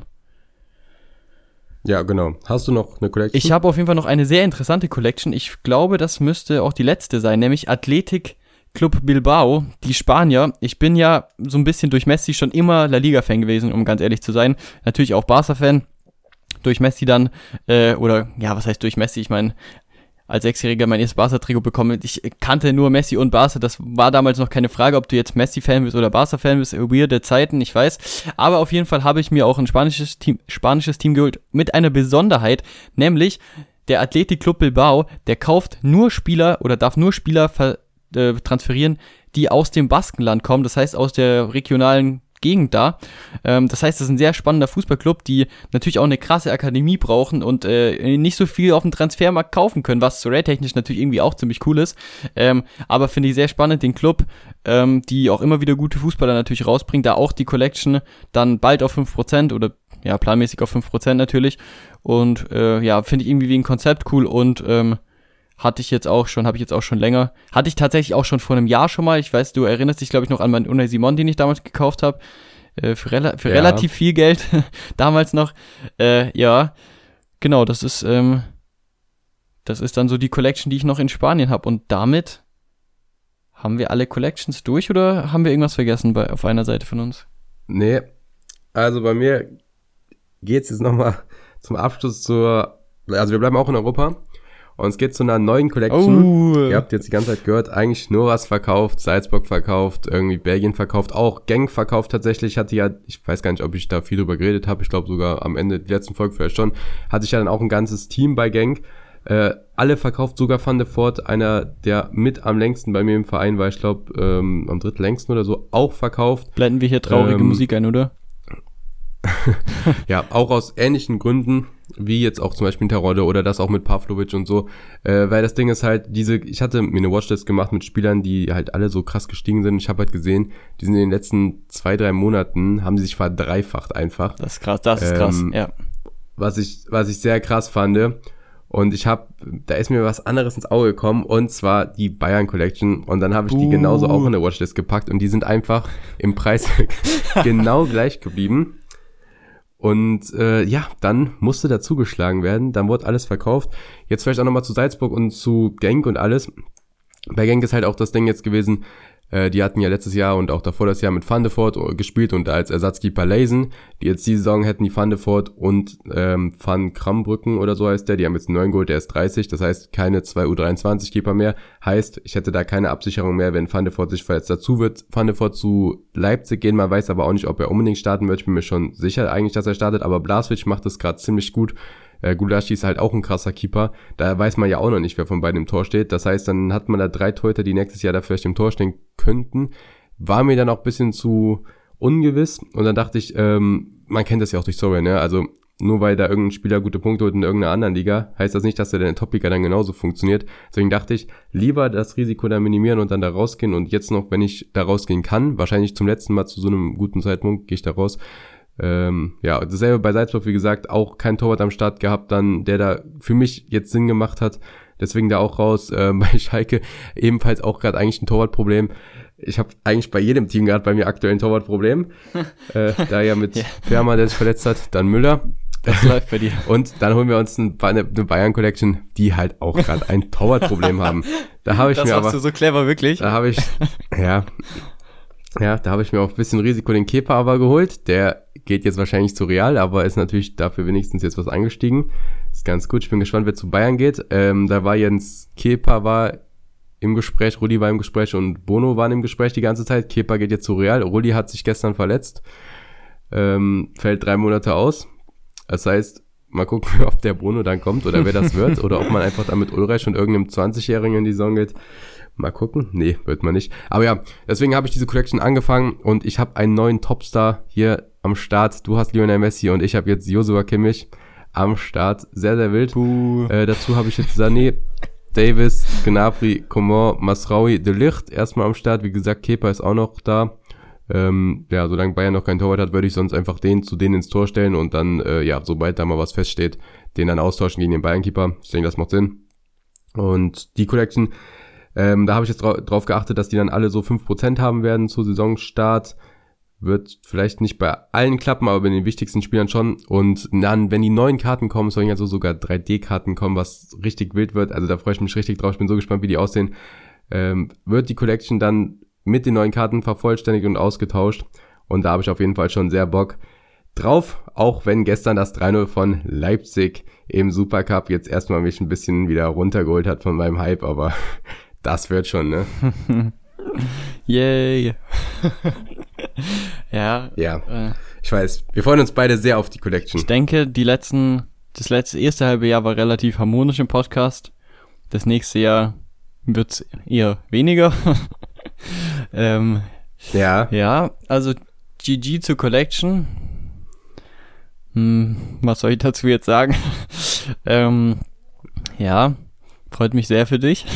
Ja, genau. Hast du noch eine Collection? Ich habe auf jeden Fall noch eine sehr interessante Collection. Ich glaube, das müsste auch die letzte sein, nämlich Athletic Club Bilbao, die Spanier. Ich bin ja so ein bisschen durch Messi schon immer La Liga-Fan gewesen, um ganz ehrlich zu sein. Natürlich auch Barca-Fan. Durch Messi dann, äh, oder ja, was heißt durch Messi? Ich meine, als Sechsjähriger mein erstes Barca-Trikot bekommen. Ich kannte nur Messi und Barca. Das war damals noch keine Frage, ob du jetzt Messi-Fan bist oder Barca-Fan bist. Weirde Zeiten, ich weiß. Aber auf jeden Fall habe ich mir auch ein spanisches Team, spanisches Team geholt mit einer Besonderheit, nämlich der Athletic Club Bilbao, der kauft nur Spieler oder darf nur Spieler ver, äh, transferieren, die aus dem Baskenland kommen. Das heißt, aus der regionalen Gegend da. Ähm, das heißt, das ist ein sehr spannender Fußballclub, die natürlich auch eine krasse Akademie brauchen und äh, nicht so viel auf dem Transfermarkt kaufen können, was Sorare-technisch natürlich irgendwie auch ziemlich cool ist. Ähm, aber finde ich sehr spannend, den Club, ähm, die auch immer wieder gute Fußballer natürlich rausbringt, da auch die Collection dann bald auf fünf Prozent oder ja, planmäßig auf fünf Prozent natürlich. Und äh, ja, finde ich irgendwie wegen Konzept cool und ähm, hatte ich jetzt auch schon, habe ich jetzt auch schon länger. Hatte ich tatsächlich auch schon vor einem Jahr schon mal. Ich weiß, du erinnerst dich, glaube ich, noch an meinen Unai Simon, den ich damals gekauft habe. Äh, für rela- für ja. relativ viel Geld. damals noch. Äh, ja, genau, das ist, ähm, das ist dann so die Collection, die ich noch in Spanien habe. Und damit haben wir alle Collections durch oder haben wir irgendwas vergessen bei, auf einer Seite von uns? Nee, also bei mir geht's jetzt nochmal zum Abschluss zur, also wir bleiben auch in Europa. Und es geht zu einer neuen Collection. Oh. Ihr habt jetzt die ganze Zeit gehört, eigentlich nur was verkauft, Salzburg verkauft, irgendwie Belgien verkauft, auch Genk verkauft tatsächlich. Ich hatte ja, ich weiß gar nicht, ob ich da viel drüber geredet habe, ich glaube sogar am Ende der letzten Folge vielleicht schon, hatte ich ja dann auch ein ganzes Team bei Genk. Äh, alle verkauft, sogar Van de Voort, einer, der mit am längsten bei mir im Verein war, ich glaube ähm, am drittlängsten oder so, auch verkauft. Blenden wir hier traurige ähm, Musik ein, oder? Ja, auch aus ähnlichen Gründen, wie jetzt auch zum Beispiel Terodde oder das auch mit Pavlovic und so, äh, weil das Ding ist halt, diese, ich hatte mir eine Watchlist gemacht mit Spielern, die halt alle so krass gestiegen sind. Ich habe halt gesehen, die sind in den letzten zwei, drei Monaten, haben sie sich verdreifacht einfach. Das ist krass, das ist ähm, krass, ja. Was ich, was ich sehr krass fand. Und ich habe, da ist mir was anderes ins Auge gekommen, und zwar die Bayern Collection. Und dann habe ich die uh. genauso auch in der Watchlist gepackt und die sind einfach im Preis genau gleich geblieben. Und äh, ja, dann musste dazu geschlagen werden, dann wurde alles verkauft. Jetzt vielleicht auch nochmal zu Salzburg und zu Genk und alles. Bei Genk ist halt auch das Ding jetzt gewesen, äh, die hatten ja letztes Jahr und auch davor das Jahr mit Van de Voort gespielt und als Ersatzkeeper Leisen. Die jetzt die Saison hätten die Van de Voort und ähm, Van Krambrücken oder so heißt der, die haben jetzt einen neuen geholt, der ist dreißig, das heißt keine zwei U dreiundzwanzig Keeper mehr. Heißt, ich hätte da keine Absicherung mehr, wenn Van de Voort sich verletzt. Dazu wird Van de Voort zu Leipzig gehen, man weiß aber auch nicht, ob er unbedingt starten wird. Ich bin mir schon sicher eigentlich, dass er startet, aber Blažević macht das gerade ziemlich gut. Äh, Gulácsi ist halt auch ein krasser Keeper. Da weiß man ja auch noch nicht, wer von beiden im Tor steht. Das heißt, dann hat man da drei Torhüter, die nächstes Jahr da vielleicht im Tor stehen könnten. War mir dann auch ein bisschen zu ungewiss. Und dann dachte ich, ähm, man kennt das ja auch durch Sorare, ne? Also nur weil da irgendein Spieler gute Punkte holt in irgendeiner anderen Liga, heißt das nicht, dass der in der Top-Liga dann genauso funktioniert. Deswegen dachte ich, lieber das Risiko da minimieren und dann da rausgehen. Und jetzt noch, wenn ich da rausgehen kann, wahrscheinlich zum letzten Mal zu so einem guten Zeitpunkt, gehe ich da raus. Ähm, ja, dasselbe bei Salzburg, wie gesagt, auch kein Torwart am Start gehabt, dann der da für mich jetzt Sinn gemacht hat, deswegen da auch raus. Ähm, bei Schalke ebenfalls auch gerade eigentlich ein Torwartproblem. Ich habe eigentlich bei jedem Team gerade bei mir aktuell ein Torwartproblem, äh, da ja mit ja. Fermer, der sich verletzt hat, dann Müller. Das läuft bei dir. Und dann holen wir uns eine, eine Bayern-Collection, die halt auch gerade ein Torwartproblem haben. Da habe ich das mir aber... Das machst du so clever, wirklich? Da habe ich, ja... Ja, da habe ich mir auch ein bisschen Risiko den Kepa aber geholt. Der geht jetzt wahrscheinlich zu Real, aber ist natürlich dafür wenigstens jetzt was eingestiegen. Ist ganz gut. Ich bin gespannt, wer zu Bayern geht. Ähm, da war Jens Kepa war im Gespräch, Rudi war im Gespräch und Bono waren im Gespräch die ganze Zeit. Kepa geht jetzt zu Real. Rudi hat sich gestern verletzt. Ähm, fällt drei Monate aus. Das heißt, mal gucken, ob der Bono dann kommt oder wer das wird. Oder ob man einfach dann mit Ulreich und irgendeinem zwanzigjährigen in die Saison geht. Mal gucken. Nee, wird man nicht. Aber ja, deswegen habe ich diese Collection angefangen und ich habe einen neuen Topstar hier am Start. Du hast Lionel Messi und ich habe jetzt Joshua Kimmich am Start. Sehr, sehr wild. Äh, dazu habe ich jetzt Sané, Davis, Gnabry, Coman, Masraoui, De Ligt erstmal am Start. Wie gesagt, Kepa ist auch noch da. Ähm, ja, solange Bayern noch keinen Torwart hat, würde ich sonst einfach den zu denen ins Tor stellen und dann, äh, ja, sobald da mal was feststeht, den dann austauschen gegen den Bayern-Keeper. Ich denke, das macht Sinn. Und die Collection... Ähm, da habe ich jetzt dra- drauf geachtet, dass die dann alle so fünf Prozent haben werden zu Saisonstart. Wird vielleicht nicht bei allen klappen, aber bei den wichtigsten Spielern schon. Und dann, wenn die neuen Karten kommen, sollen ja so sogar drei D-Karten kommen, was richtig wild wird. Also da freue ich mich richtig drauf. Ich bin so gespannt, wie die aussehen. ähm, wird die Collection dann mit den neuen Karten vervollständigt und ausgetauscht. Und da habe ich auf jeden Fall schon sehr Bock drauf, auch wenn gestern das drei null von Leipzig im Supercup jetzt erstmal mich ein bisschen wieder runtergeholt hat von meinem Hype, aber das wird schon, ne? Yay. ja. Ja, äh, ich weiß, wir freuen uns beide sehr auf die Collection. Ich denke, die letzten, das letzte erste halbe Jahr war relativ harmonisch im Podcast. Das nächste Jahr wird's eher weniger. ähm, Ja. ja, also G G zur Collection. Hm, was soll ich dazu jetzt sagen? ähm, ja, freut mich sehr für dich.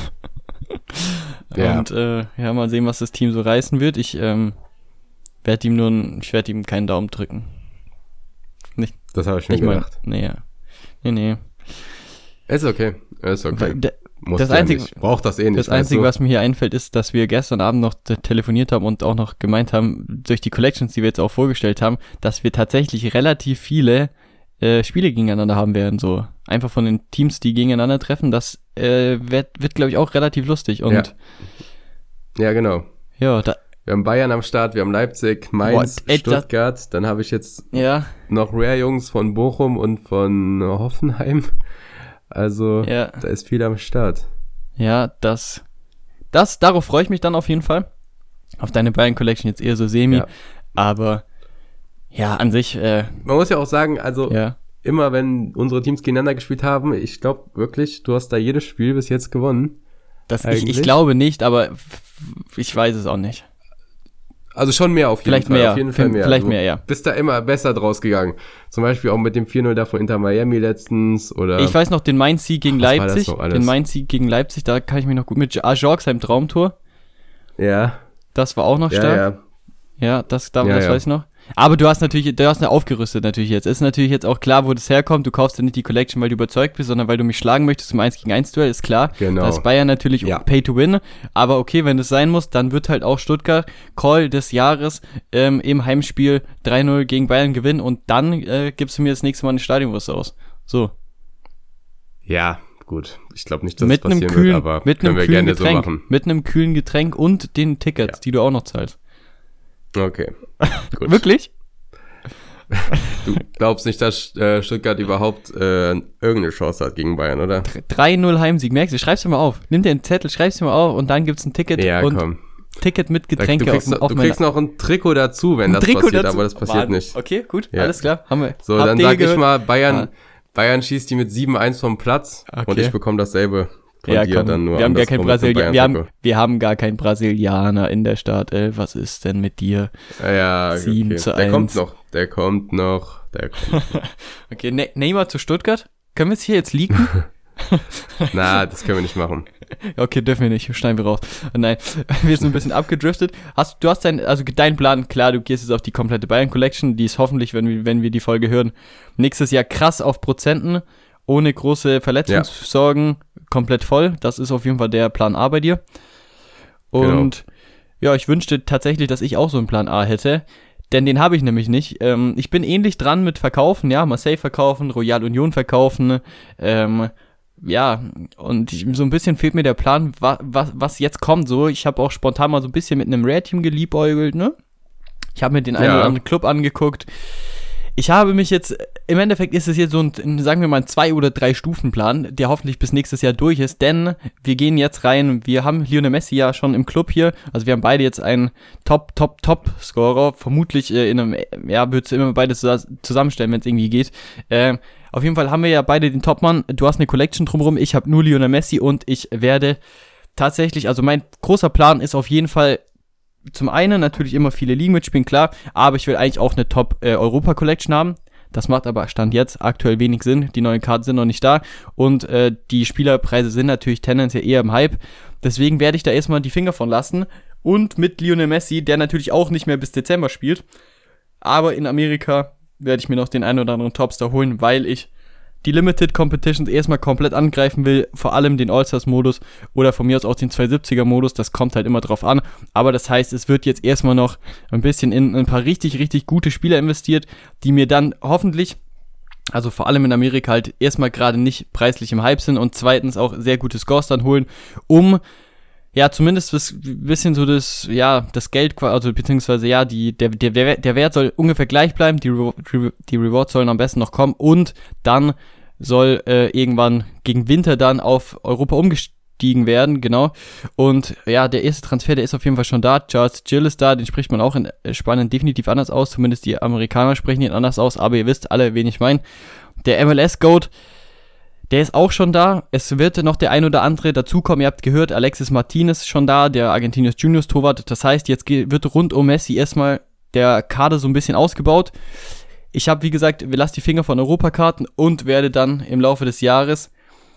Ja. Und äh, ja, mal sehen, was das Team so reißen wird. Ich ähm, werde ihm nur, ein, ich werde ihm keinen Daumen drücken. Nicht, Das habe ich mir nicht mal. gedacht. Nee, ja. nee, nee. Ist okay, ist okay. Weil der- Muss das ja Einzige- nicht. Braucht das eh nicht. Das Einzige, weißt was mir hier einfällt, ist, dass wir gestern Abend noch te- telefoniert haben und auch noch gemeint haben, durch die Collections, die wir jetzt auch vorgestellt haben, dass wir tatsächlich relativ viele äh, Spiele gegeneinander haben werden, so. Einfach von den Teams, die gegeneinander treffen, das äh, wird, wird glaube ich, auch relativ lustig. Und Ja. du? Ja, genau. ja, da, Wir haben Bayern am Start, wir haben Leipzig, Mainz, Boah, ey, das- Stuttgart. Dann habe ich jetzt ja, noch Rare-Jungs von Bochum und von Hoffenheim. Also, ja, da ist viel am Start. ja, das, das, darauf freue ich mich dann auf jeden Fall. Auf deine Bayern Collection jetzt eher so semi, Ja. aber ja, an sich, äh, Man muss ja auch sagen, also ja. immer wenn unsere Teams gegeneinander gespielt haben, ich glaube wirklich, du hast da jedes Spiel bis jetzt gewonnen. Das, ich, Eigentlich? ich glaube nicht, aber f- ich weiß es auch nicht. Also schon mehr auf jeden Vielleicht Fall. mehr, Auf jeden Fall mehr. vielleicht Du mehr, ja. bist da immer besser draus gegangen. Zum Beispiel auch mit dem vier null da von Inter Miami letztens oder. Ich weiß noch, den Mainz-Sieg gegen Ach, was war das Leipzig, noch alles? den Mainz-Sieg gegen Leipzig, da kann ich mich noch gut mit Ajorg, seinem Traumtor, Ja, das war auch noch ja, stark. ja. Ja, das, da, Ja, das ja. weiß ich noch. Aber du hast natürlich, du hast eine aufgerüstet natürlich jetzt. Ist natürlich jetzt auch klar, wo das herkommt. Du kaufst ja nicht die Collection, weil du überzeugt bist, sondern weil du mich schlagen möchtest zum eins gegen eins Duell, ist klar. Genau. Da ist Bayern natürlich Ja. Pay to Win. Aber okay, wenn das sein muss, dann wird halt auch Stuttgart Call des Jahres ähm, im Heimspiel drei null gegen Bayern gewinnen und dann äh, gibst du mir das nächste Mal eine Stadionwurst aus. So. Ja, gut. Ich glaube nicht, dass Mit es einem passieren kühlen, wird, aber mit können einem wir kühlen gerne so Getränk. machen. Mit einem kühlen Getränk und den Tickets, Ja. die du auch noch zahlst. Okay. Gut. Wirklich? Du glaubst nicht, dass äh, Stuttgart überhaupt äh, irgendeine Chance hat gegen Bayern, oder? drei null Heimsieg, merkst du? Schreib's dir mal auf. Nimm dir einen Zettel, schreib's dir mal auf und dann gibt's ein Ticket Ja, und komm. Ticket mit Da, Getränke du kriegst, auf, noch, auf du meiner- kriegst noch ein Trikot dazu, wenn ein das Trikot passiert, dazu. aber das passiert Mann. nicht. Okay, gut, Ja. alles klar. Haben wir. So, Habt dann ihr sag ich gehört? mal, Bayern, Ah. Bayern schießt die mit sieben eins vom Platz Okay. und ich bekomme dasselbe von Ja, dir komm, dann nur. wir haben gar kein andersrum mit dem Brasilianer. Wir haben, Bayern-Trikot. wir haben gar keinen Brasilianer in der Startelf. Was ist denn mit dir? Ja, ja, sieben okay. zu Der eins. kommt noch, der kommt noch, der kommt. Okay, ne Neymar zu Stuttgart? Können wir es hier jetzt leaken? Na, das können wir nicht machen. Okay, dürfen wir nicht, schneiden wir raus. Nein, wir sind ein bisschen abgedriftet. Hast, du hast dein, also dein Plan, klar, du gehst jetzt auf die komplette Bayern Collection, die ist hoffentlich, wenn wir, wenn wir die Folge hören, nächstes Jahr krass auf Prozenten, ohne große Verletzungssorgen, komplett voll. Das ist auf jeden Fall der Plan A bei dir. Und ja, ich wünschte tatsächlich, dass ich auch so einen Plan A hätte. Denn den habe ich nämlich nicht. Ähm, ich bin ähnlich dran mit Verkaufen, ja, Marseille verkaufen, Royal Union verkaufen, ähm, ja, und ich, so ein bisschen fehlt mir der Plan, wa, wa, was jetzt kommt, so. Ich habe auch spontan mal so ein bisschen mit einem Rare-Team geliebäugelt, ne? Ich habe mir den einen Ja. oder anderen Club angeguckt. Ich habe mich jetzt, im Endeffekt ist es jetzt so ein, sagen wir mal, ein zwei- oder drei Stufenplan, der hoffentlich bis nächstes Jahr durch ist, denn wir gehen jetzt rein, wir haben Lionel Messi ja schon im Club hier, also wir haben beide jetzt einen Top, Top, Top-Scorer, vermutlich äh, in einem, ja, würdest du immer beide zus- zusammenstellen, wenn es irgendwie geht. Äh, auf jeden Fall haben wir ja beide den Topmann, du hast eine Collection drumherum, ich habe nur Lionel Messi und ich werde tatsächlich, also mein großer Plan ist auf jeden Fall, zum einen natürlich immer viele Ligen mitspielen, klar, aber ich will eigentlich auch eine Top-Europa-Collection haben. Das macht aber Stand jetzt aktuell wenig Sinn. Die neuen Karten sind noch nicht da und äh, die Spielerpreise sind natürlich tendenziell eher im Hype. Deswegen werde ich da erstmal die Finger von lassen. Und mit Lionel Messi, der natürlich auch nicht mehr bis Dezember spielt, aber in Amerika werde ich mir noch den einen oder anderen Topstar holen, weil ich die Limited Competitions erstmal komplett angreifen will, vor allem den All-Stars-Modus oder von mir aus auch den zweihundertsiebziger-Modus, das kommt halt immer drauf an, aber das heißt, es wird jetzt erstmal noch ein bisschen in ein paar richtig, richtig gute Spieler investiert, die mir dann hoffentlich, also vor allem in Amerika halt erstmal gerade nicht preislich im Hype sind und zweitens auch sehr gute Scores dann holen, um ja, zumindest ein bisschen so das, ja, das Geld, also beziehungsweise ja, die, der, der, der Wert soll ungefähr gleich bleiben, die, Re- die Rewards sollen am besten noch kommen und dann soll äh, irgendwann gegen Winter dann auf Europa umgestiegen werden, genau. Und ja, der erste Transfer, der ist auf jeden Fall schon da. Charles Gill ist da, den spricht man auch in Spanien definitiv anders aus, zumindest die Amerikaner sprechen ihn anders aus, aber ihr wisst alle, wen ich meine. Der M L S-Goat, der ist auch schon da. Es wird noch der ein oder andere dazukommen. Ihr habt gehört, Alexis Martinez schon da, der Argentinos Juniors Torwart. Das heißt, jetzt wird rund um Messi erstmal der Kader so ein bisschen ausgebaut. Ich habe, wie gesagt, wir lassen die Finger von Europakarten und werde dann im Laufe des Jahres,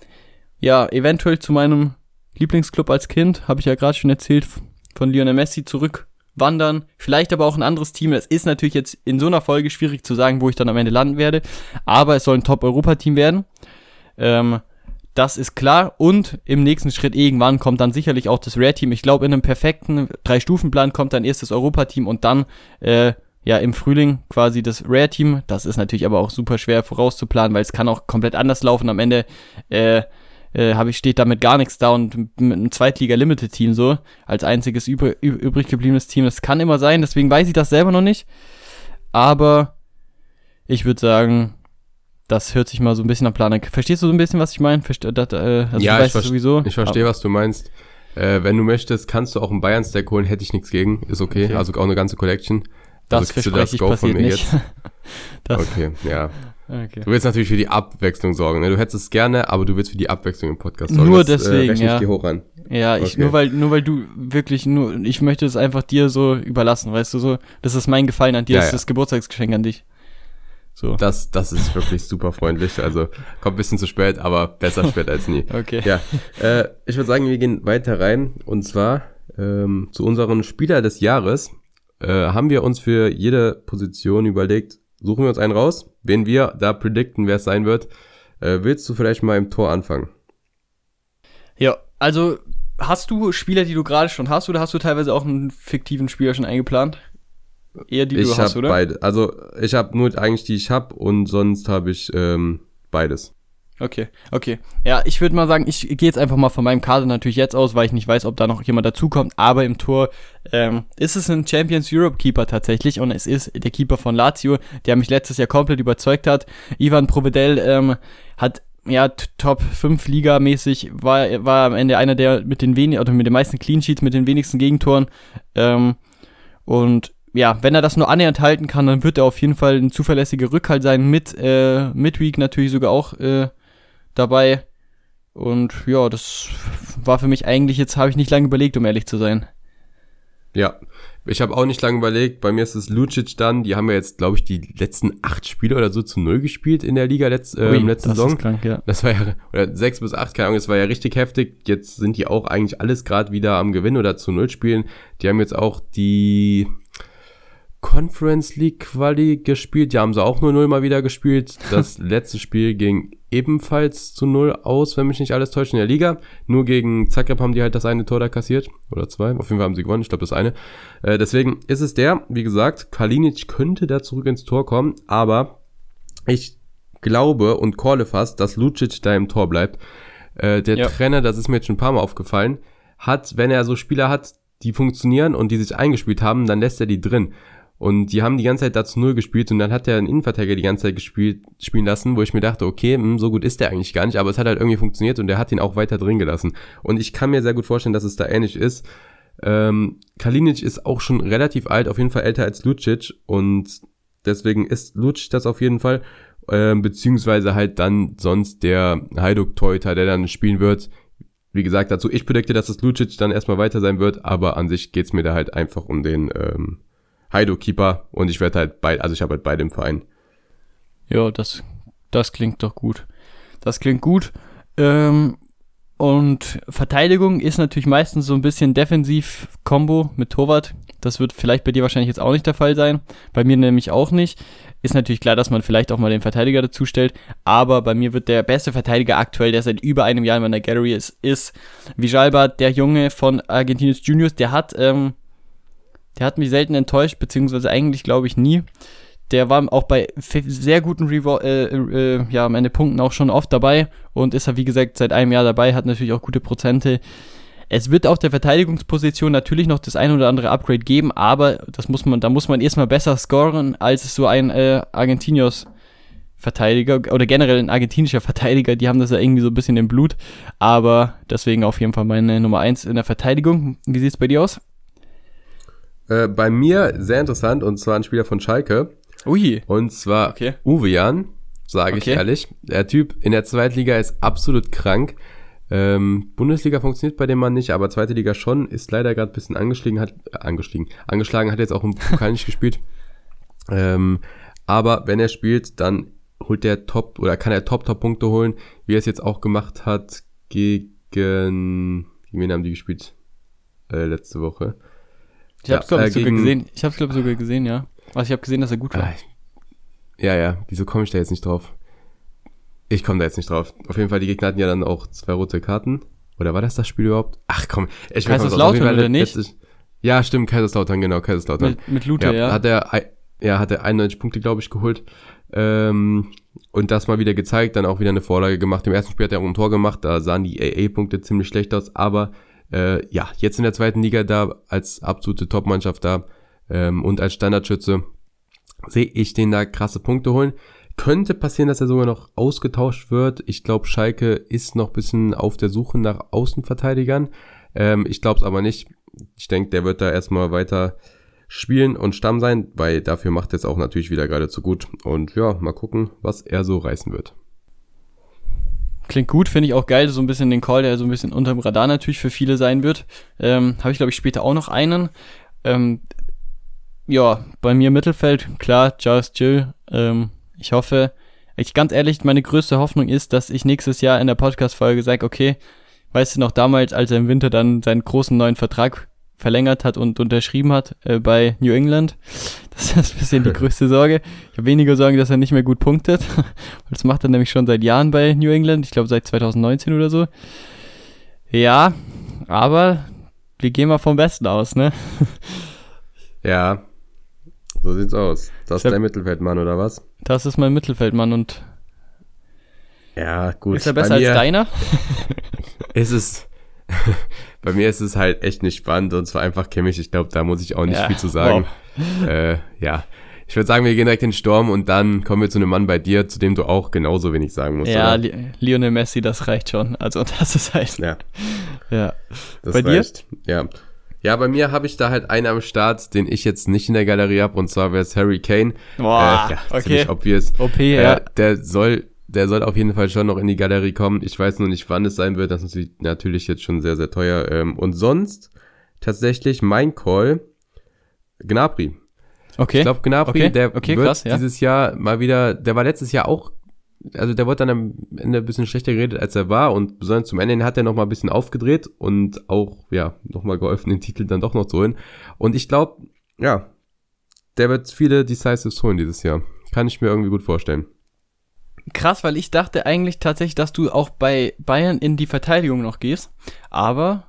ja, eventuell zu meinem Lieblingsclub als Kind, habe ich ja gerade schon erzählt, von Lionel Messi zurückwandern. Vielleicht aber auch ein anderes Team. Es ist natürlich jetzt in so einer Folge schwierig zu sagen, wo ich dann am Ende landen werde. Aber es soll ein Top-Europa-Team werden. Ähm, das ist klar und im nächsten Schritt irgendwann kommt dann sicherlich auch das Rare-Team. Ich glaube, in einem perfekten Drei-Stufen-Plan kommt dann erst das Europa-Team und dann äh, ja im Frühling quasi das Rare-Team. Das ist natürlich aber auch super schwer vorauszuplanen, weil es kann auch komplett anders laufen. Am Ende äh, äh, hab ich, steht damit gar nichts da und mit einem Zweitliga-Limited-Team so als einziges übr- üb- übrig gebliebenes Team. Das kann immer sein, deswegen weiß ich das selber noch nicht. Aber ich würde sagen, das hört sich mal so ein bisschen am Plan an. Verstehst du so ein bisschen, was ich meine? Verste- das, äh, also ja, du ich, ver- sowieso. ich verstehe, was du meinst. Äh, wenn du möchtest, kannst du auch einen Bayern-Stack holen, hätte ich nichts gegen. Ist okay, okay. Also auch eine ganze Collection. Das also verspreche ich passiert nicht. Okay, ja. Okay. Du willst natürlich für die Abwechslung sorgen. Ne? Du hättest es gerne, aber du willst für die Abwechslung im Podcast sorgen. Nur das, deswegen, äh, rechne ich ja. dir hoch an. Ja, ich, okay. nur weil nur weil du wirklich, nur ich möchte es einfach dir so überlassen, weißt du, so, das ist mein Gefallen an dir, ja, das ist ja. das Geburtstagsgeschenk an dich. So. Das, das ist wirklich super freundlich. Also kommt ein bisschen zu spät, aber besser spät als nie. Okay. Ja, äh, ich würde sagen, wir gehen weiter rein. Und zwar ähm, zu unseren Spieler des Jahres. Äh, haben wir uns für jede Position überlegt, suchen wir uns einen raus, wen wir da predikten, wer es sein wird. Äh, willst du vielleicht mal im Tor anfangen? Ja, also hast du Spieler, die du gerade schon hast, oder hast du teilweise auch einen fiktiven Spieler schon eingeplant? Eher die, die ich du hast, oder? Beide. Also ich habe nur eigentlich die ich habe und sonst habe ich ähm, beides. Okay, okay. Ja, ich würde mal sagen, ich gehe jetzt einfach mal von meinem Kader natürlich jetzt aus, weil ich nicht weiß, ob da noch jemand dazukommt, aber im Tor ähm, ist es ein Champions Europe Keeper tatsächlich und es ist der Keeper von Lazio, der mich letztes Jahr komplett überzeugt hat. Ivan Provedel ähm, hat ja, Top fünf Liga mäßig, war, war am Ende einer der mit den wenigen, oder mit den meisten Clean Sheets, mit den wenigsten Gegentoren ähm, und ja, wenn er das nur annähernd halten kann, dann wird er auf jeden Fall ein zuverlässiger Rückhalt sein, mit äh, Midweek natürlich sogar auch äh, dabei. Und ja, das war für mich eigentlich, jetzt habe ich nicht lange überlegt, um ehrlich zu sein. Ja, ich habe auch nicht lange überlegt, bei mir ist es Lucic dann, die haben ja jetzt, glaube ich, die letzten acht Spiele oder so zu null gespielt in der Liga letzt, äh, Ui, letzte das Saison. Ist krank, ja. Das war ja, oder sechs bis acht, keine Ahnung, das war ja richtig heftig. Jetzt sind die auch eigentlich alles gerade wieder am Gewinn oder zu null spielen. Die haben jetzt auch die Conference League Quali gespielt, die haben sie auch nur null mal wieder gespielt. Das letzte Spiel ging ebenfalls zu null aus, wenn mich nicht alles täuscht, in der Liga. Nur gegen Zagreb haben die halt das eine Tor da kassiert. Oder zwei, auf jeden Fall haben sie gewonnen, ich glaube das eine. Äh, deswegen ist es der, wie gesagt, Kalinic könnte da zurück ins Tor kommen, aber ich glaube und calle fast, dass Lucic da im Tor bleibt. Äh, der ja. Trainer, das ist mir jetzt schon ein paar Mal aufgefallen, hat, wenn er so Spieler hat, die funktionieren und die sich eingespielt haben, dann lässt er die drin. Und die haben die ganze Zeit da zu null gespielt und dann hat er einen Innenverteidiger die ganze Zeit gespielt, spielen lassen, wo ich mir dachte, okay, mh, so gut ist der eigentlich gar nicht, aber es hat halt irgendwie funktioniert und der hat ihn auch weiter drin gelassen. Und ich kann mir sehr gut vorstellen, dass es da ähnlich ist. Ähm, Kalinic ist auch schon relativ alt, auf jeden Fall älter als Lucic und deswegen ist Lucic das auf jeden Fall, äh, beziehungsweise halt dann sonst der Hajduk-Torhüter, der dann spielen wird. Wie gesagt, dazu, ich predikte, dass das Lucic dann erstmal weiter sein wird, aber an sich geht's mir da halt einfach um den ähm, Hajduk-Keeper und ich werde halt beide, also ich habe halt beide im Verein. Ja, das, das klingt doch gut. Das klingt gut. Ähm, und Verteidigung ist natürlich meistens so ein bisschen Defensiv-Kombo mit Torwart. Das wird vielleicht bei dir wahrscheinlich jetzt auch nicht der Fall sein. Bei mir nämlich auch nicht. Ist natürlich klar, dass man vielleicht auch mal den Verteidiger dazu stellt, aber bei mir wird der beste Verteidiger aktuell, der seit über einem Jahr in meiner Gallery ist, ist Villalba, der Junge von Argentinos Juniors. Der hat, ähm, der hat mich selten enttäuscht, beziehungsweise eigentlich glaube ich nie. Der war auch bei sehr guten Revo- äh, äh, ja, am Ende Punkten auch schon oft dabei und ist ja wie gesagt seit einem Jahr dabei, hat natürlich auch gute Prozente. Es wird auf der Verteidigungsposition natürlich noch das ein oder andere Upgrade geben, aber das muss man, da muss man erstmal besser scoren als so ein äh, Argentinios Verteidiger oder generell ein argentinischer Verteidiger, die haben das ja irgendwie so ein bisschen im Blut, aber deswegen auf jeden Fall meine Nummer eins in der Verteidigung. Wie sieht's bei dir aus? Äh, bei mir sehr interessant, und zwar ein Spieler von Schalke. Ui. Und zwar Okay. Uwe Jan, sage ich Okay. ehrlich. Der Typ in der Zweitliga ist absolut krank. Ähm, Bundesliga funktioniert bei dem Mann nicht, aber Zweite Liga schon, ist leider gerade ein bisschen angeschlagen, hat, äh, angeschlagen, angeschlagen, hat jetzt auch im Pokal nicht gespielt. Ähm, aber wenn er spielt, dann holt der Top, oder kann er Top-Top-Punkte holen, wie er es jetzt auch gemacht hat gegen, gegen wen haben die gespielt? Äh, letzte Woche. Ich hab's, Ja, glaube äh, ich, sogar gegen- gesehen. Ich hab's, glaube ich, sogar gesehen, ja. Also ich habe gesehen, dass er gut war. Ah, Ja, ja, wieso komme ich da jetzt nicht drauf? Ich komme da jetzt nicht drauf. Auf jeden Fall, die Gegner hatten ja dann auch zwei rote Karten. Oder war das das Spiel überhaupt? Ach komm, ich weiß Kaiserslautern was, auf jeden Fall oder nicht? letztes- Ja, stimmt, Kaiserslautern, genau, Kaiserslautern. Mit, mit Lute, ja. Hat er, ei- ja, hat er einundneunzig Punkte, glaube ich, geholt. Ähm, und das mal wieder gezeigt, dann auch wieder eine Vorlage gemacht. Im ersten Spiel hat er auch ein Tor gemacht, da sahen die A A-Punkte ziemlich schlecht aus, aber äh, ja, jetzt in der zweiten Liga da, als absolute Top-Mannschaft da ähm, und als Standardschütze, sehe ich den da krasse Punkte holen. Könnte passieren, dass er sogar noch ausgetauscht wird. Ich glaube, Schalke ist noch ein bisschen auf der Suche nach Außenverteidigern. Ähm, ich glaube es aber nicht. Ich denke, der wird da erstmal weiter spielen und Stamm sein, weil dafür macht er es auch natürlich wieder geradezu gut. Und ja, mal gucken, was er so reißen wird. Klingt gut, finde ich auch geil, so ein bisschen den Call, der so ein bisschen unterm Radar natürlich für viele sein wird. Ähm, habe ich, glaube ich, später auch noch einen. Ähm, ja, bei mir Mittelfeld, klar, Just Jill. Ähm, ich hoffe, ich ganz ehrlich, meine größte Hoffnung ist, dass ich nächstes Jahr in der Podcast-Folge sage, okay, weißt du noch damals, als er im Winter dann seinen großen neuen Vertrag verlängert hat und unterschrieben hat äh, bei New England. Das ist ein bisschen die größte Sorge. Ich habe weniger Sorgen, dass er nicht mehr gut punktet. Das macht er nämlich schon seit Jahren bei New England. Ich glaube seit zwanzig neunzehn oder so. Ja, aber wir gehen mal vom Besten aus, ne? Ja, so sieht's aus. Das Ich hab- ist der Mittelfeldmann, oder was? Das ist mein Mittelfeldmann und Ja, gut. ist er besser Bei als mir deiner? ist es... Bei mir ist es halt echt nicht spannend, und zwar einfach Kimmich. Ich glaube, da muss ich auch nicht Ja, viel zu sagen. Äh, ja, ich würde sagen, wir gehen direkt in den Sturm und dann kommen wir zu einem Mann bei dir, zu dem du auch genauso wenig sagen musst. Ja, oder? Li- Lionel Messi, das reicht schon. Also das ist halt, Ja, ja. das Bei dir? reicht. Ja. Ja, bei mir habe ich da halt einen am Start, den ich jetzt nicht in der Galerie habe, und zwar wäre es Harry Kane. Boah, äh, ja, okay. ziemlich obvious. O P, ja. Äh, der soll, der soll auf jeden Fall schon noch in die Galerie kommen. Ich weiß nur nicht, wann es sein wird. Das ist natürlich- natürlich jetzt schon sehr, sehr teuer. Ähm, und sonst tatsächlich mein Call, Gnabry. Okay. Ich glaube, Gnabry, Okay, der okay, wird krass, ja. dieses Jahr mal wieder, der war letztes Jahr auch, also der wurde dann am Ende ein bisschen schlechter geredet, als er war, und besonders zum Ende hin hat er noch mal ein bisschen aufgedreht und auch, ja, noch mal geholfen, den Titel dann doch noch zu holen. Und ich glaube, ja, der wird viele Decisives holen dieses Jahr. Kann ich mir irgendwie gut vorstellen. Krass, weil ich dachte eigentlich tatsächlich, dass du auch bei Bayern in die Verteidigung noch gehst. Aber,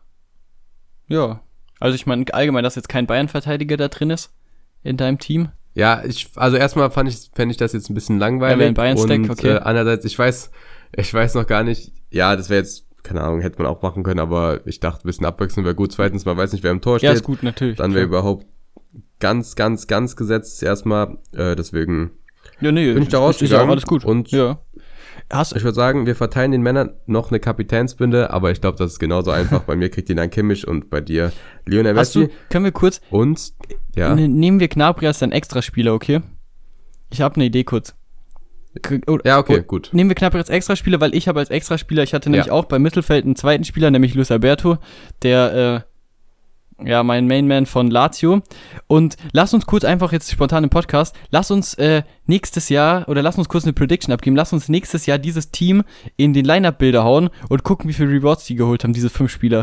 ja. Also ich meine allgemein, dass jetzt kein Bayern-Verteidiger da drin ist in deinem Team. Ja, ich, also erstmal fand ich, fände ich das jetzt ein bisschen Ja, langweilig. wäre ein Bayern-Stack, und okay. äh, andererseits, ich weiß, ich weiß noch gar nicht, ja, das wäre jetzt, keine Ahnung, hätte man auch machen können, aber ich dachte, ein bisschen abwechseln wäre gut. Zweitens, man weiß nicht, wer im Tor Ja, steht. ist gut, natürlich. Dann wäre klar. überhaupt ganz, ganz, ganz gesetzt erstmal. Äh, deswegen Ja, nee, bin ich da ist ja auch rausgegangen. alles gut. Und ja. Hast, ich würde sagen, wir verteilen den Männern noch eine Kapitänsbinde, aber ich glaube, das ist genauso einfach. Bei mir kriegt ihn dann Kimmich und bei dir Lionel hast Messi. du, können wir kurz, Und, ja, ne, nehmen wir Gnabry als deinen Extraspieler, okay? Ich habe eine Idee kurz. K- oder- ja, okay, oder- gut. Nehmen wir Gnabry als Extraspieler, weil ich habe als Extraspieler, ich hatte nämlich Ja. auch beim Mittelfeld einen zweiten Spieler, nämlich Luis Alberto, der, äh, ja, mein Mainman von Lazio. Und lass uns kurz einfach jetzt spontan im Podcast, lass uns äh, nächstes Jahr, oder lass uns kurz eine Prediction abgeben, lass uns nächstes Jahr dieses Team in den Line-Up-Bilder hauen und gucken, wie viele Rewards die geholt haben, diese fünf Spieler.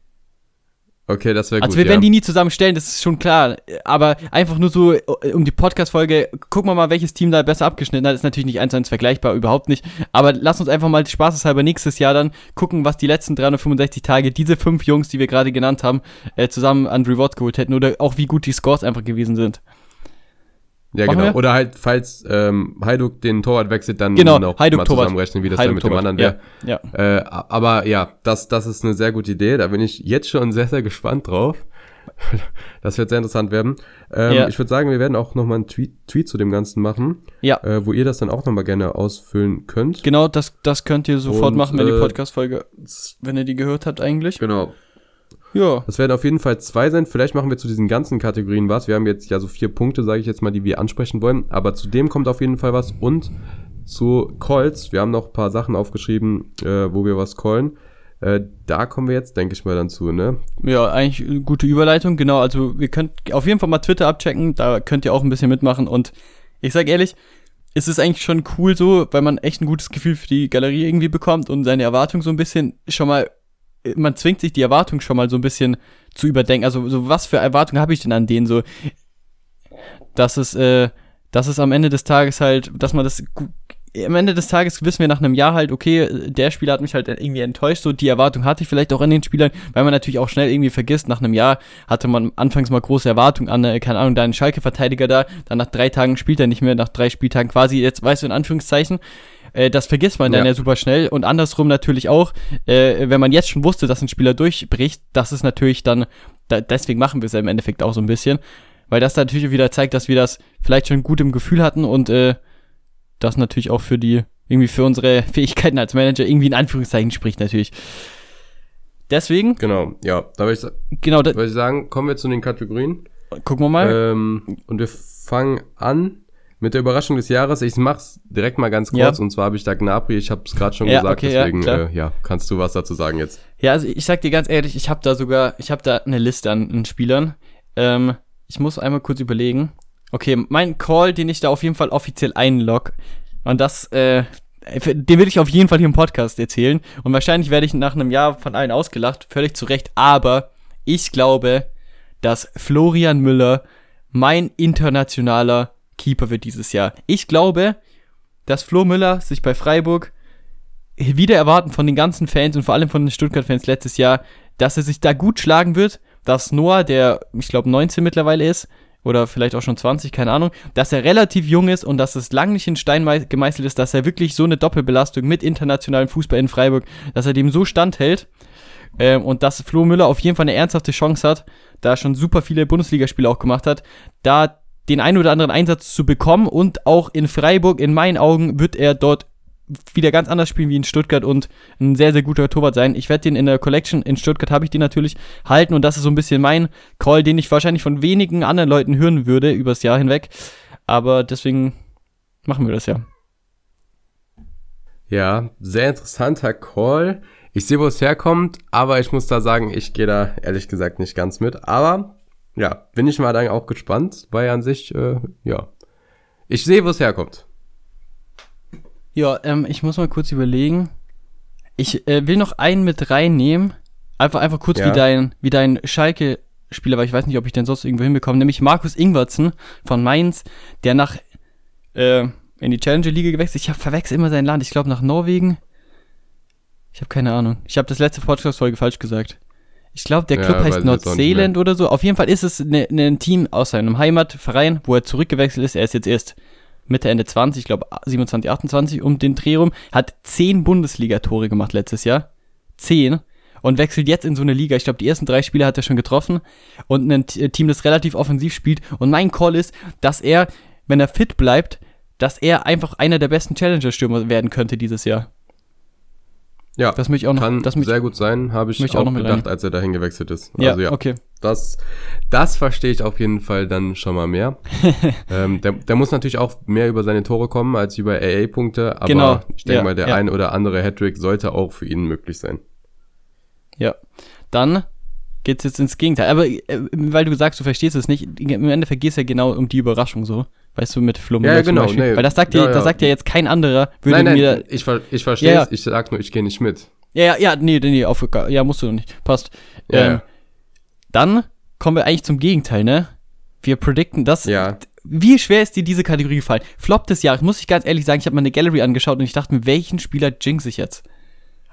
Okay, das wäre gut, Also wir ja. werden die nie zusammenstellen, das ist schon klar. Aber einfach nur so äh, um die Podcast-Folge, gucken wir mal, welches Team da besser abgeschnitten hat. Ist natürlich nicht eins zu eins vergleichbar, überhaupt nicht. Aber lass uns einfach mal spaßeshalber nächstes Jahr dann gucken, was die letzten dreihundertfünfundsechzig Tage diese fünf Jungs, die wir gerade genannt haben, äh, zusammen an Rewards geholt hätten. Oder auch wie gut die Scores einfach gewesen sind. Ja, Machen genau. wir? Oder halt, falls ähm, Hajduk den Torwart wechselt, dann Genau, noch Hajduk mal Torwart. zusammenrechnen, wie das Hajduk dann mit Torwart. dem anderen wäre. Ja, ja. Äh, aber ja, das, das ist eine sehr gute Idee. Da bin ich jetzt schon sehr, sehr gespannt drauf. Das wird sehr interessant werden. Ähm, Ja. Ich würde sagen, wir werden auch nochmal einen Tweet, Tweet zu dem Ganzen machen, Ja. äh, wo ihr das dann auch nochmal gerne ausfüllen könnt. Genau, das, das könnt ihr sofort Und, machen, wenn die äh, Podcast-Folge, wenn ihr die gehört habt eigentlich. Genau. Ja. Das werden auf jeden Fall zwei sein. Vielleicht machen wir zu diesen ganzen Kategorien was. Wir haben jetzt ja so vier Punkte, sage ich jetzt mal, die wir ansprechen wollen. Aber zu dem kommt auf jeden Fall was. Und zu Calls. Wir haben noch ein paar Sachen aufgeschrieben, äh, wo wir was callen. Äh, da kommen wir jetzt, denke ich mal, dann zu, ne? Ja, eigentlich eine gute Überleitung, genau. Also ihr könnt auf jeden Fall mal Twitter abchecken, da könnt ihr auch ein bisschen mitmachen. Und ich sag ehrlich, es ist eigentlich schon cool so, weil man echt ein gutes Gefühl für die Galerie irgendwie bekommt und seine Erwartung so ein bisschen schon mal, man zwingt sich die Erwartung schon mal so ein bisschen zu überdenken. Also so was für Erwartungen habe ich denn an denen so, dass es, äh, dass es am Ende des Tages halt, dass man das gu- am Ende des Tages wissen wir nach einem Jahr halt, okay, der Spieler hat mich halt irgendwie enttäuscht, so die Erwartung hatte ich vielleicht auch an den Spielern, weil man natürlich auch schnell irgendwie vergisst, nach einem Jahr hatte man anfangs mal große Erwartungen an, äh, keine Ahnung, da ein Schalke-Verteidiger da, dann nach drei Tagen spielt er nicht mehr, nach drei Spieltagen quasi, jetzt weißt du, in Anführungszeichen, äh, das vergisst man dann Ja. ja super schnell und andersrum natürlich auch, äh, wenn man jetzt schon wusste, dass ein Spieler durchbricht, das ist natürlich dann, da, deswegen machen wir es ja im Endeffekt auch so ein bisschen, weil das natürlich wieder zeigt, dass wir das vielleicht schon gut im Gefühl hatten und, äh, das natürlich auch für die, irgendwie für unsere Fähigkeiten als Manager irgendwie in Anführungszeichen spricht natürlich. Deswegen, Genau, ja. Da würde ich, sa- genau, da, würde ich sagen, kommen wir zu den Kategorien. gucken wir mal. Ähm, und wir fangen an mit der Überraschung des Jahres. Ich mach's direkt mal ganz kurz. Ja. Und zwar habe ich da Gnabry, ich habe es gerade schon Ja, gesagt, okay, ja, deswegen klar. äh, ja, kannst du was dazu sagen jetzt. Ja, also ich sag dir ganz ehrlich, ich habe da sogar, ich habe da eine Liste an, an Spielern. Ähm, ich muss einmal kurz überlegen. Okay, mein Call, den ich da auf jeden Fall offiziell einlogge, und das, äh, den will ich auf jeden Fall hier im Podcast erzählen. Und wahrscheinlich werde ich nach einem Jahr von allen ausgelacht, völlig zu Recht. Aber ich glaube, dass Florian Müller mein internationaler Keeper wird dieses Jahr. Ich glaube, dass Flo Müller sich bei Freiburg wieder erwarten von den ganzen Fans und vor allem von den Stuttgart-Fans letztes Jahr, dass er sich da gut schlagen wird, dass Noah, der, ich glaube, neunzehn mittlerweile ist, oder vielleicht auch schon zwanzig, keine Ahnung, dass er relativ jung ist und dass es lang nicht in Stein mei- gemeißelt ist, dass er wirklich so eine Doppelbelastung mit internationalem Fußball in Freiburg, dass er dem so standhält ähm, und dass Flo Müller auf jeden Fall eine ernsthafte Chance hat, da er schon super viele Bundesligaspiele auch gemacht hat, da den einen oder anderen Einsatz zu bekommen und auch in Freiburg, in meinen Augen, wird er dort wieder ganz anders spielen wie in Stuttgart und ein sehr, sehr guter Torwart sein. Ich werde den in der Collection, in Stuttgart habe ich den natürlich, halten und das ist so ein bisschen mein Call, den ich wahrscheinlich von wenigen anderen Leuten hören würde übers Jahr hinweg, aber deswegen machen wir das ja. Ja, sehr interessanter Call. Ich sehe, wo es herkommt, aber ich muss da sagen, ich gehe da ehrlich gesagt nicht ganz mit. Aber ja, bin ich mal dann auch gespannt, weil ja an sich, äh, ja, ich sehe, wo es herkommt. Ja, ähm, ich muss mal kurz überlegen. Ich äh, will noch einen mit reinnehmen. Einfach, einfach kurz Ja. wie dein, wie dein Schalke-Spieler, weil ich weiß nicht, ob ich den sonst irgendwo hinbekomme. Nämlich Markus Ingwertsen von Mainz, der nach äh, in die Challenger-Liga gewechselt ist. Ich hab, verwechsel immer sein Land. Ich glaube nach Norwegen. Ich habe keine Ahnung. Ich habe das letzte Podcast-Folge falsch gesagt. Ich glaube, der Ja, Club weiß heißt ich jetzt auch nicht Nordseeland oder so. Auf jeden Fall ist es ne, ne, ein Team aus seinem Heimatverein, wo er zurückgewechselt ist. Er ist jetzt erst Mitte, Ende zwanzig, ich glaube siebenundzwanzig, achtundzwanzig um den Dreh rum, hat zehn Bundesliga-Tore gemacht letztes Jahr. Zehn. Und wechselt jetzt in so eine Liga. Ich glaube, die ersten drei Spiele hat er schon getroffen. Und ein T- Team, das relativ offensiv spielt. Und mein Call ist, dass er, wenn er fit bleibt, dass er einfach einer der besten Challenger-Stürmer werden könnte dieses Jahr. Ja, Das möchte ich auch noch, kann das möchte sehr gut sein, habe ich möchte ich auch, auch noch mit gedacht, rein. als er dahin gewechselt ist. Ja, Also ja, okay. das, das verstehe ich auf jeden Fall dann schon mal mehr. ähm, der, der muss natürlich auch mehr über seine Tore kommen als über A A-Punkte, aber Genau, ich denke ja, mal, der ja. ein oder andere Hattrick sollte auch für ihn möglich sein. Ja. Dann geht's jetzt ins Gegenteil. Aber äh, weil du sagst, du verstehst es nicht, im Endeffekt geht es ja genau um die Überraschung so. Weißt du, mit Flo Müller Ja, zum genau, Beispiel. nee. Weil das sagt Ja, ja, das ja. sagt ja jetzt kein anderer, würde Nein, nein, mir. ich, ver- ich verstehe Ja, es, ja. ich sag nur, ich gehe nicht mit. Ja, ja, ja, nee, nee, auf, ja, musst du doch nicht. Passt. Ja, ähm, ja. Dann kommen wir eigentlich zum Gegenteil, ne? Wir predikten das. Ja. Wie schwer ist dir diese Kategorie gefallen? Flop des Jahres, muss ich ganz ehrlich sagen, ich habe mal eine Gallery angeschaut und ich dachte mir, welchen Spieler jinx ich jetzt?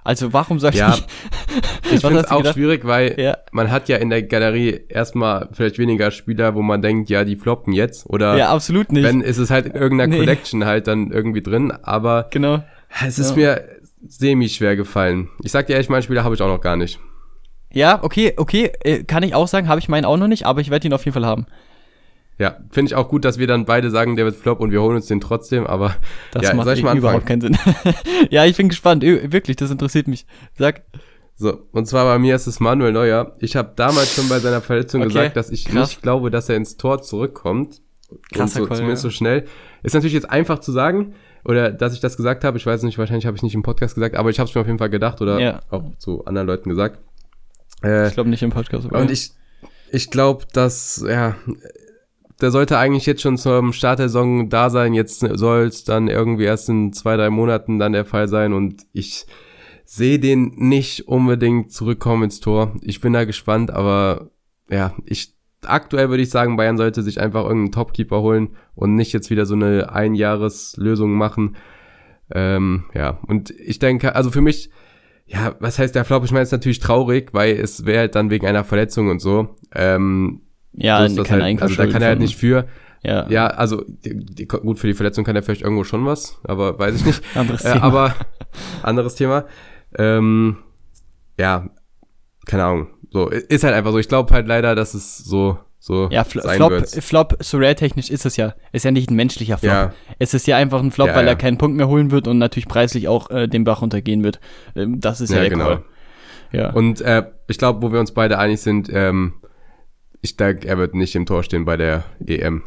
Also warum soll Ja, ich... ich Was finde hast es du auch gedacht? schwierig, weil Ja, man hat ja in der Galerie erstmal vielleicht weniger Spieler, wo man denkt, ja, die floppen jetzt. Oder ja, absolut nicht. wenn, ist es halt in irgendeiner Nee. Collection halt dann irgendwie drin. Aber Genau. es ist Ja. mir semi-schwer gefallen. Ich sag dir ehrlich, meinen Spieler habe ich auch noch gar nicht. Ja, okay, okay, äh, kann ich auch sagen, habe ich meinen auch noch nicht, aber ich werde ihn auf jeden Fall haben. Ja, finde ich auch gut, dass wir dann beide sagen, der wird Flop und wir holen uns den trotzdem, aber Das ja, macht soll ich mal überhaupt anfangen? keinen Sinn. Ja, ich bin gespannt, Ö- wirklich, das interessiert mich. Sag. So, und zwar bei mir ist es Manuel Neuer. Ich habe damals schon bei seiner Verletzung Okay, gesagt, dass ich krass. nicht glaube, dass er ins Tor zurückkommt. Krasser und so, Call, zumindest ja. so schnell. Ist natürlich jetzt einfach zu sagen, oder dass ich das gesagt habe. Ich weiß nicht, wahrscheinlich habe ich nicht im Podcast gesagt, aber ich habe es mir auf jeden Fall gedacht oder Ja. auch zu anderen Leuten gesagt. Äh, Ich glaube nicht im Podcast. Aber und ja. ich, ich glaube, dass, ja, der sollte eigentlich jetzt schon zum Start der Saison da sein. Jetzt soll es dann irgendwie erst in zwei, drei Monaten dann der Fall sein. Und ich sehe den nicht unbedingt zurückkommen ins Tor. Ich bin da gespannt, aber ja, ich aktuell würde ich sagen, Bayern sollte sich einfach irgendeinen Topkeeper holen und nicht jetzt wieder so eine Einjahreslösung machen. Ähm, ja, und ich denke, also für mich, ja, was heißt der Flop? Ich meine, es ist natürlich traurig, weil es wäre halt dann wegen einer Verletzung und so. Ähm, ja, so ist das keine halt, also da kann er halt nicht für. Ja, Ja, also die, die, gut, für die Verletzung kann er vielleicht irgendwo schon was, aber weiß ich nicht. anderes äh, Thema. aber anderes Thema. Ähm, ja, keine Ahnung. So, ist halt einfach so. Ich glaube halt leider, dass es so, so Ja, Fl sein Flop, wird. Flop, so rare-technisch ist es ja. Ist ja nicht ein menschlicher Flop. Ja. Es ist ja einfach ein Flop, Ja, weil ja. er keinen Punkt mehr holen wird und natürlich preislich auch äh, den Bach runtergehen wird. Ähm, das ist ja, Ja, der genau. Call. Ja. Und äh, ich glaube, wo wir uns beide einig sind, ähm, ich denke, er wird nicht im Tor stehen bei der E M.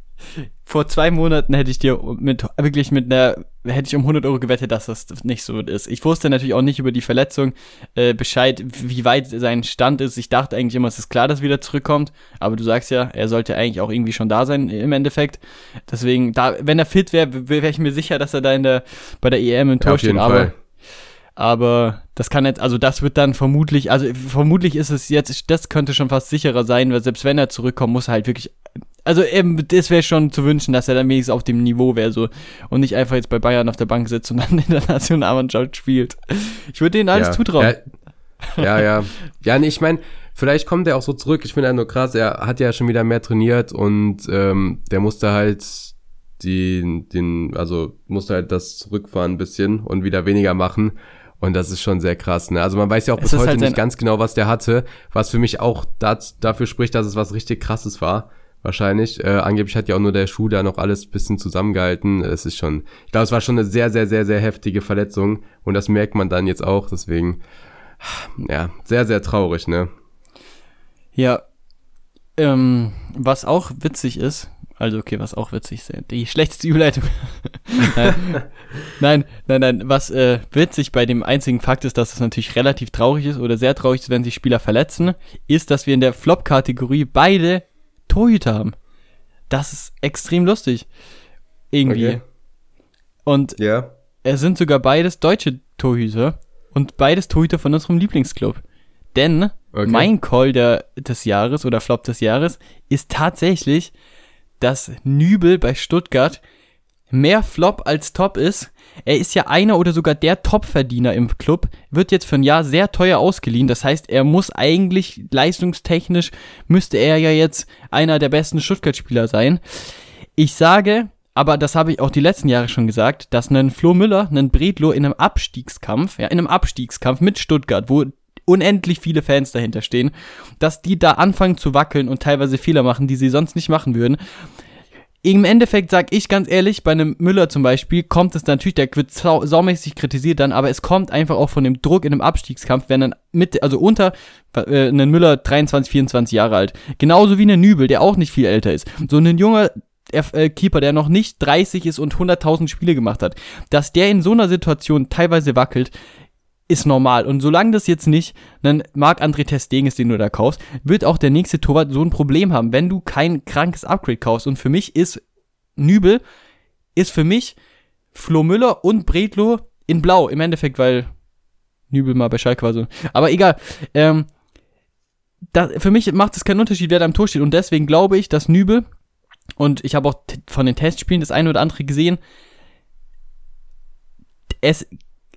Vor zwei Monaten hätte ich dir mit, wirklich mit einer, hätte ich um hundert Euro gewettet, dass das nicht so ist. Ich wusste natürlich auch nicht über die Verletzung äh, Bescheid, wie weit sein Stand ist. Ich dachte eigentlich immer, es ist klar, dass er wieder zurückkommt. Aber du sagst ja, er sollte eigentlich auch irgendwie schon da sein im Endeffekt. Deswegen, da, wenn er fit wäre, wäre ich mir sicher, dass er da in der, bei der E M im Tor Ja, auf steht. jeden Aber, Fall. aber das kann jetzt, also das wird dann vermutlich, also vermutlich ist es jetzt, das könnte schon fast sicherer sein, weil selbst wenn er zurückkommt, muss er halt wirklich, also eben, das wäre schon zu wünschen, dass er dann wenigstens auf dem Niveau wäre so und nicht einfach jetzt bei Bayern auf der Bank sitzt und dann in der Nationalmannschaft spielt. Ich würde denen alles ja. zutrauen. Ja, ja. Ja, ja nee, ich meine, vielleicht kommt er auch so zurück. Ich finde halt nur krass, er hat ja schon wieder mehr trainiert und ähm, der musste halt die, den, also musste halt das zurückfahren ein bisschen und wieder weniger machen. Und das ist schon sehr krass, ne? Also man weiß ja auch Es bis ist heute halt nicht sein- ganz genau, was der hatte, was für mich auch dat, dafür spricht, dass es was richtig Krasses war. Wahrscheinlich. Äh, angeblich hat ja auch nur der Schuh da noch alles ein bisschen zusammengehalten. Es ist schon, ich glaube, es war schon eine sehr, sehr, sehr, sehr heftige Verletzung. Und das merkt man dann jetzt auch. Deswegen, ja, sehr, sehr traurig, ne? Ja, ähm, was auch witzig ist, also okay, was auch witzig ist, die schlechteste Überleitung. nein, nein, nein, nein, was äh, witzig bei dem einzigen Fakt ist, dass es natürlich relativ traurig ist oder sehr traurig ist, wenn sich Spieler verletzen, ist, dass wir in der Flop-Kategorie beide Torhüter haben. Das ist extrem lustig. Irgendwie. Okay. Und Ja. es sind sogar beides deutsche Torhüter und beides Torhüter von unserem Lieblingsclub. Denn Okay. mein Call der, des Jahres oder Flop des Jahres ist tatsächlich, dass Nübel bei Stuttgart mehr Flop als Top ist. Er ist ja einer oder sogar der Topverdiener im Club, wird jetzt für ein Jahr sehr teuer ausgeliehen. Das heißt, er muss eigentlich leistungstechnisch, müsste er ja jetzt einer der besten Stuttgart-Spieler sein. Ich sage, aber das habe ich auch die letzten Jahre schon gesagt, dass ein Flo Müller, ein Bredlo in einem Abstiegskampf, ja, in einem Abstiegskampf mit Stuttgart, wo unendlich viele Fans dahinter stehen, dass die da anfangen zu wackeln und teilweise Fehler machen, die sie sonst nicht machen würden. Im Endeffekt sag ich ganz ehrlich, bei einem Müller zum Beispiel kommt es natürlich, der wird sau saumäßig kritisiert dann, aber es kommt einfach auch von dem Druck in einem Abstiegskampf, wenn dann mit, also unter äh, einen Müller dreiundzwanzig, vierundzwanzig Jahre alt, genauso wie ein Nübel, der auch nicht viel älter ist, so ein junger äh, Keeper, der noch nicht dreißig ist und hunderttausend Spiele gemacht hat, dass der in so einer Situation teilweise wackelt, ist normal. Und solange das jetzt nicht ein Marc-André ter Stegen ist, den du da kaufst, wird auch der nächste Torwart so ein Problem haben, wenn du kein krankes Upgrade kaufst. Und für mich ist Nübel, ist für mich Flo Müller und Bredlo in Blau. Im Endeffekt, weil Nübel mal bei Schalke war so. Aber egal. Ähm, da, für mich macht es keinen Unterschied, wer da am Tor steht. Und deswegen glaube ich, dass Nübel, und ich habe auch t- von den Testspielen das eine oder andere gesehen, es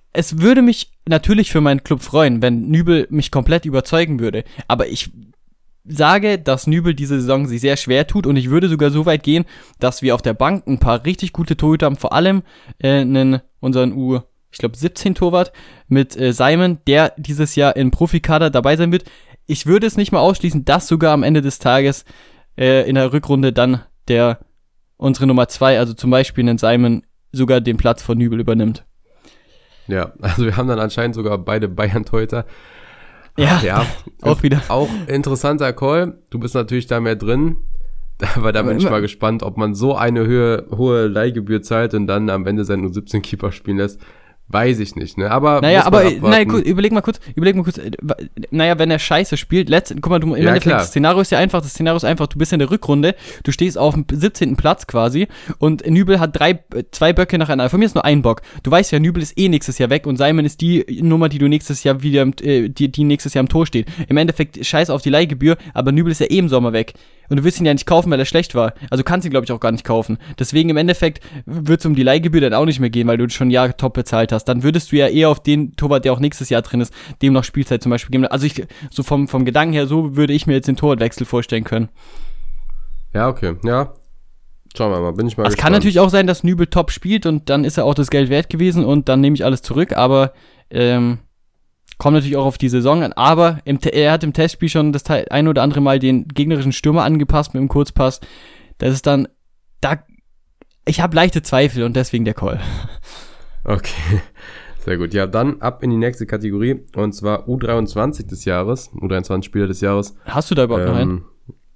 es würde mich natürlich für meinen Club freuen, wenn Nübel mich komplett überzeugen würde. Aber ich sage, dass Nübel diese Saison sich sehr schwer tut und ich würde sogar so weit gehen, dass wir auf der Bank ein paar richtig gute Torhüter haben, vor allem äh, einen, unseren U, ich glaube siebzehn Torwart mit äh, Simon, der dieses Jahr im Profikader dabei sein wird. Ich würde es nicht mal ausschließen, dass sogar am Ende des Tages äh, in der Rückrunde dann der unsere Nummer zwei, also zum Beispiel einen Simon, sogar den Platz von Nübel übernimmt. Ja, also wir haben dann anscheinend sogar beide Bayern-Torhüter. Ja, ja, auch wieder. Auch interessanter Call. Du bist natürlich da mehr drin. Aber da bin ich mal gespannt, ob man so eine Höhe, hohe Leihgebühr zahlt und dann am Ende seinen U siebzehn Keeper spielen lässt. Weiß ich nicht, ne? Aber naja, aber naja, gut, überleg mal kurz, überleg mal kurz, äh, naja, wenn er scheiße spielt, letzt, guck mal, du, im ja, Endeffekt, klar. das Szenario ist ja einfach, das Szenario ist einfach, du bist in der Rückrunde, du stehst auf dem siebzehnten Platz quasi und Nübel hat drei, zwei Böcke nacheinander, von mir ist nur ein Bock. Du weißt ja, Nübel ist eh nächstes Jahr weg und Simon ist die Nummer, die du nächstes Jahr wieder, äh, die, die nächstes Jahr im Tor steht. Im Endeffekt, scheiß auf die Leihgebühr, aber Nübel ist ja eh im Sommer weg. Und du willst ihn ja nicht kaufen, weil er schlecht war. Also kannst ihn, glaube ich, auch gar nicht kaufen. Deswegen im Endeffekt wird es um die Leihgebühr dann auch nicht mehr gehen, weil du schon ein Jahr top bezahlt hast. Dann würdest du ja eher auf den Torwart, der auch nächstes Jahr drin ist, dem noch Spielzeit zum Beispiel geben. Also ich, so vom, vom Gedanken her, so würde ich mir jetzt den Torwartwechsel vorstellen können. Ja, okay. Ja. Schauen wir mal, bin ich mal Es gespannt. kann natürlich auch sein, dass Nübel top spielt und dann ist er auch das Geld wert gewesen und dann nehme ich alles zurück, aber ähm, kommt natürlich auch auf die Saison an, aber im, er hat im Testspiel schon das ein oder andere Mal den gegnerischen Stürmer angepasst mit dem Kurzpass. Das ist dann, da, ich habe leichte Zweifel und deswegen der Call. Okay, sehr gut. Ja, dann ab in die nächste Kategorie und zwar U dreiundzwanzig des Jahres, U dreiundzwanzig Spieler des Jahres. Hast du da überhaupt ähm, noch einen?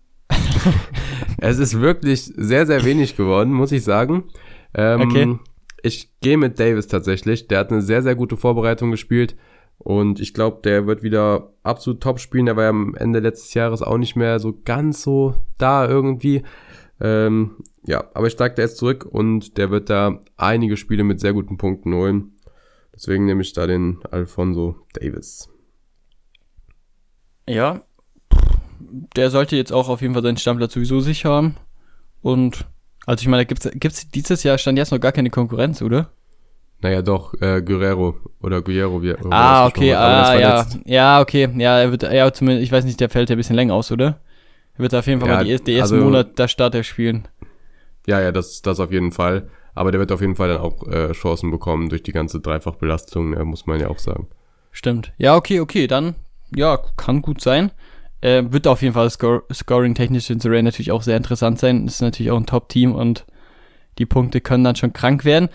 Es ist wirklich sehr, sehr wenig geworden, muss ich sagen. Ähm, okay. Ich gehe mit Davis tatsächlich. Der hat eine sehr, sehr gute Vorbereitung gespielt. Und ich glaube, der wird wieder absolut top spielen. Der war ja am Ende letztes Jahres auch nicht mehr so ganz so da irgendwie. Ähm, ja, aber ich sage, der ist zurück und der wird da einige Spiele mit sehr guten Punkten holen. Deswegen nehme ich da den Alphonso Davies. Ja, der sollte jetzt auch auf jeden Fall seinen Stammplatz sowieso sicher haben. Und, also ich meine, gibt's, gibt's dieses Jahr stand jetzt noch gar keine Konkurrenz, oder? Naja, doch, äh, Guerrero oder Guerrero. Wie, ah, okay, ah, ja. Ja, okay, ja, er wird, ja, zumindest, ich weiß nicht, der fällt ja ein bisschen länger aus, oder? Er wird auf jeden Fall ja, mal die, die ersten also, Monate der Starter spielen. Ja, ja, das, das auf jeden Fall. Aber der wird auf jeden Fall dann auch äh, Chancen bekommen durch die ganze Dreifachbelastung, äh, muss man ja auch sagen. Stimmt. Ja, okay, okay, dann, ja, kann gut sein. Äh, wird auf jeden Fall Score- scoring-technisch in Surrey natürlich auch sehr interessant sein. Ist natürlich auch ein Top-Team und die Punkte können dann schon krank werden.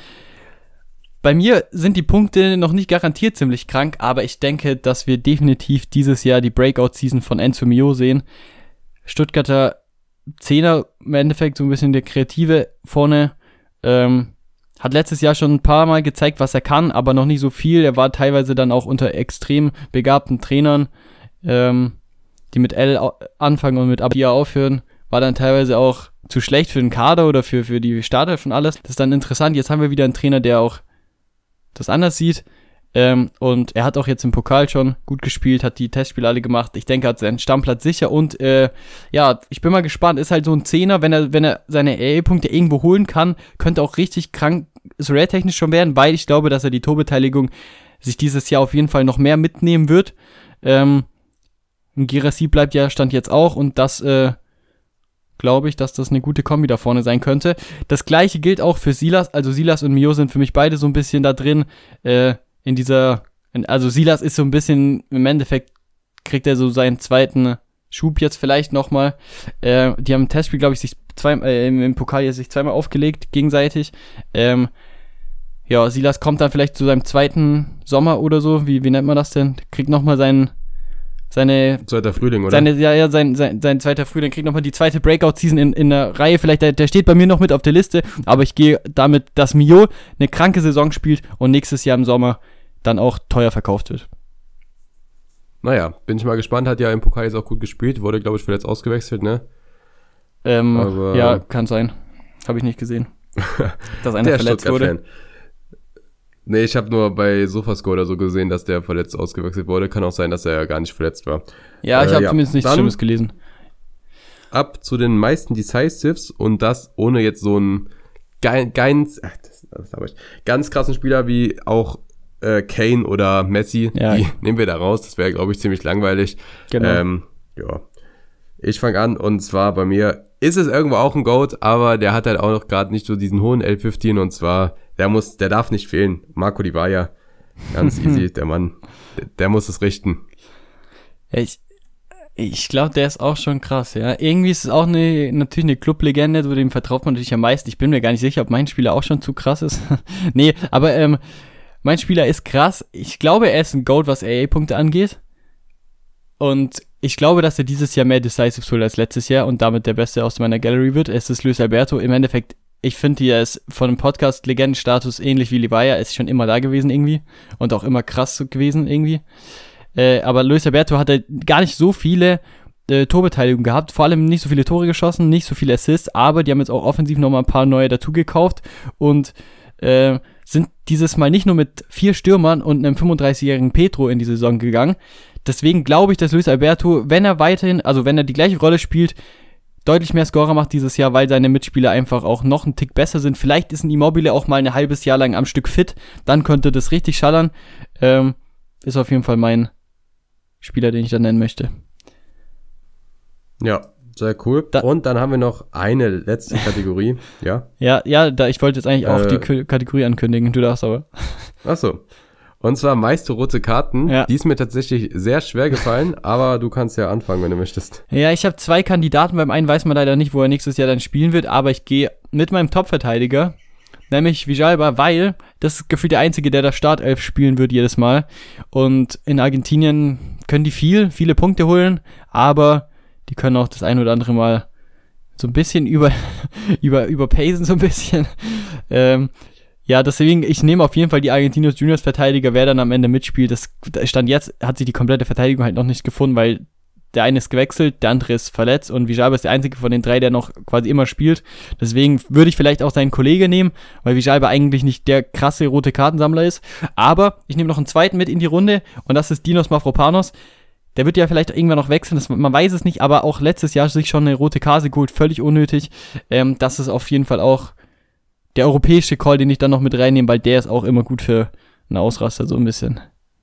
Bei mir sind die Punkte noch nicht garantiert ziemlich krank, aber ich denke, dass wir definitiv dieses Jahr die Breakout-Season von Enzo Mio sehen. Stuttgarter Zehner, im Endeffekt so ein bisschen der Kreative vorne, ähm, hat letztes Jahr schon ein paar Mal gezeigt, was er kann, aber noch nicht so viel. Er war teilweise dann auch unter extrem begabten Trainern, ähm, die mit L anfangen und mit Abia aufhören, war dann teilweise auch zu schlecht für den Kader oder für, für die Starter und alles. Das ist dann interessant. Jetzt haben wir wieder einen Trainer, der auch das anders sieht. Ähm, und er hat auch jetzt im Pokal schon gut gespielt, hat die Testspiele alle gemacht. Ich denke, er hat seinen Stammplatz sicher und äh, ja, ich bin mal gespannt. Ist halt so ein Zehner, wenn er, wenn er seine A A-Punkte irgendwo holen kann, könnte auch richtig krank Surreal-technisch schon werden, weil ich glaube, dass er die Torbeteiligung sich dieses Jahr auf jeden Fall noch mehr mitnehmen wird. Ähm, Girassi bleibt ja, stand jetzt auch und das äh, glaube ich, dass das eine gute Kombi da vorne sein könnte. Das gleiche gilt auch für Silas, also Silas und Mio sind für mich beide so ein bisschen da drin, äh, in dieser, in, also Silas ist so ein bisschen, im Endeffekt kriegt er so seinen zweiten Schub jetzt vielleicht nochmal. Äh, die haben im Testspiel, glaube ich, sich zwei, äh, im, im Pokal jetzt sich zweimal aufgelegt, gegenseitig. Ähm, ja, Silas kommt dann vielleicht zu seinem zweiten Sommer oder so, wie, wie nennt man das denn? Kriegt nochmal seinen Seine, zweiter Frühling, oder? Seine, ja, ja, sein, sein, sein zweiter Frühling, kriegt nochmal die zweite Breakout-Season in, in der Reihe. Vielleicht, der, der steht bei mir noch mit auf der Liste, aber ich gehe damit, dass Mio eine kranke Saison spielt und nächstes Jahr im Sommer dann auch teuer verkauft wird. Naja, bin ich mal gespannt, hat ja im Pokal jetzt auch gut gespielt, wurde, glaube ich, verletzt ausgewechselt, ne? Ähm, aber ja, kann sein. Habe ich nicht gesehen. Dass einer der verletzt wurde. Fan. Nee, ich habe nur bei Sofascore oder so gesehen, dass der verletzt ausgewechselt wurde. Kann auch sein, dass er ja gar nicht verletzt war. Ja, ich äh, habe ja. zumindest nichts Dann Schlimmes gelesen. Ab zu den meisten Decisives und das ohne jetzt so einen ganz, ach, das, das hab ich, ganz krassen Spieler wie auch äh, Kane oder Messi, Ja. die nehmen wir da raus. Das wäre, glaube ich, ziemlich langweilig. Genau. Ähm, ja. Ich fange an und zwar bei mir ist es irgendwo auch ein GOAT, aber der hat halt auch noch gerade nicht so diesen hohen L fünfzehn und zwar, der muss, der darf nicht fehlen. Marco Di Vaia, ganz easy, der Mann, der, der muss es richten. Ich, ich glaube, der ist auch schon krass, ja. Irgendwie ist es auch eine, natürlich eine Clublegende, so dem vertraut man natürlich am meisten. Ich bin mir gar nicht sicher, ob mein Spieler auch schon zu krass ist. Nee, aber ähm, mein Spieler ist krass. Ich glaube, er ist ein GOAT, was A A-Punkte angeht. Und ich glaube, dass er dieses Jahr mehr Decisives holt als letztes Jahr und damit der Beste aus meiner Gallery wird. Es ist Luis Alberto. Im Endeffekt, ich finde, er ist von dem Podcast-Legendenstatus ähnlich wie Livaya. Er ist schon immer da gewesen irgendwie und auch immer krass gewesen irgendwie. Äh, aber Luis Alberto hat halt gar nicht so viele äh, Torbeteiligungen gehabt. Vor allem nicht so viele Tore geschossen, nicht so viele Assists. Aber die haben jetzt auch offensiv nochmal ein paar neue dazu gekauft und äh, sind dieses Mal nicht nur mit vier Stürmern und einem fünfunddreißigjährigen Pedro in die Saison gegangen. Deswegen glaube ich, dass Luis Alberto, wenn er weiterhin, also wenn er die gleiche Rolle spielt, deutlich mehr Scorer macht dieses Jahr, weil seine Mitspieler einfach auch noch einen Tick besser sind. Vielleicht ist ein Immobile auch mal ein halbes Jahr lang am Stück fit, dann könnte das richtig schallern. Ähm, ist auf jeden Fall mein Spieler, den ich dann nennen möchte. Ja, sehr cool. Da- und dann haben wir noch eine letzte Kategorie, ja. Ja, ja, da, ich wollte jetzt eigentlich auch Äh. die K- Kategorie ankündigen, du darfst aber. Ach so. Und zwar meiste rote Karten. Ja. Die ist mir tatsächlich sehr schwer gefallen, aber du kannst ja anfangen, wenn du möchtest. Ja, ich habe zwei Kandidaten, beim einen weiß man leider nicht, wo er nächstes Jahr dann spielen wird, aber ich gehe mit meinem Top-Verteidiger, nämlich Villalba, weil das ist gefühlt der Einzige, der da Startelf spielen wird jedes Mal. Und in Argentinien können die viel, viele Punkte holen, aber die können auch das ein oder andere Mal so ein bisschen über, über, überpacen, so ein bisschen. Ähm, ja, deswegen, ich nehme auf jeden Fall die Argentinos Juniors Verteidiger, wer dann am Ende mitspielt. Das Stand jetzt hat sich die komplette Verteidigung halt noch nicht gefunden, weil der eine ist gewechselt, der andere ist verletzt und Villalba ist der einzige von den drei, der noch quasi immer spielt. Deswegen würde ich vielleicht auch seinen Kollege nehmen, weil Villalba eigentlich nicht der krasse rote Kartensammler ist. Aber ich nehme noch einen zweiten mit in die Runde und das ist Dinos Mavropanos. Der wird ja vielleicht irgendwann noch wechseln, das, man weiß es nicht, aber auch letztes Jahr sich schon eine rote Karte geholt, völlig unnötig. Ähm, das ist auf jeden Fall auch der europäische Call, den ich dann noch mit reinnehme, weil der ist auch immer gut für einen Ausraster, so ein bisschen.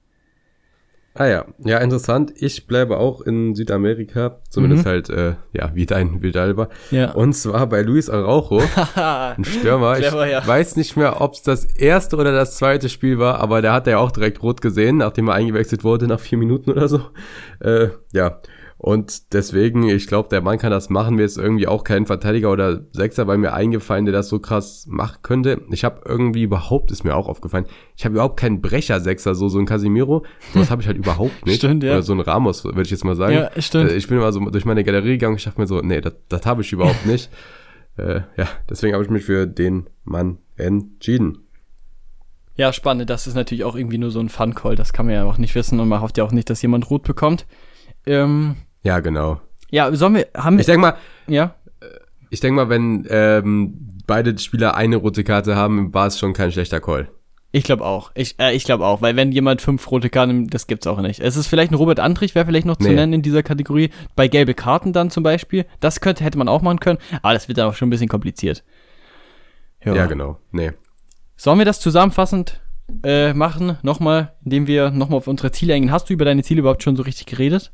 Ah ja, ja, interessant. Ich bleibe auch in Südamerika, zumindest Mhm. halt, äh, ja, wie dein Villalba. Ja. Und zwar bei Luis Araujo, ein Stürmer. Clever, ich ja. weiß nicht mehr, ob es das erste oder das zweite Spiel war, aber der hat ja auch direkt rot gesehen, nachdem er eingewechselt wurde, nach vier Minuten oder so. Äh, ja, und deswegen, ich glaube, der Mann kann das machen. Mir ist irgendwie auch kein Verteidiger oder Sechser bei mir eingefallen, der das so krass machen könnte. Ich habe irgendwie überhaupt, ist mir auch aufgefallen, ich habe überhaupt keinen Brecher-Sechser, so, so ein Casemiro. Sowas habe ich halt überhaupt nicht. Stimmt, ja. Oder so ein Ramos, würde ich jetzt mal sagen. Ja, stimmt. Äh, Ich bin immer so durch meine Galerie gegangen, ich dachte mir so, nee, das, das habe ich überhaupt nicht. äh, ja, deswegen habe ich mich für den Mann entschieden. Ja, spannend. Das ist natürlich auch irgendwie nur so ein Fun-Call. Das kann man ja auch nicht wissen und man hofft ja auch nicht, dass jemand rot bekommt. Ähm, Ja, genau. ja, sollen wir, haben wir, Ich denke mal, ja, ich denke mal, wenn ähm, beide Spieler eine rote Karte haben, war es schon kein schlechter Call. ich glaube auch. Ich, äh, ich glaube auch, weil wenn jemand fünf rote Karten, das gibt's auch nicht. Es ist vielleicht ein Robert Antrich, wäre vielleicht noch zu Nee. nennen in dieser Kategorie. Bei gelbe Karten dann zum Beispiel. Das könnte, hätte man auch machen können, aber das wird dann auch schon ein bisschen kompliziert. Ja, genau. Nee. Sollen wir das zusammenfassend äh, machen, nochmal, indem wir nochmal auf unsere Ziele eingehen? Hast du über deine Ziele überhaupt schon so richtig geredet?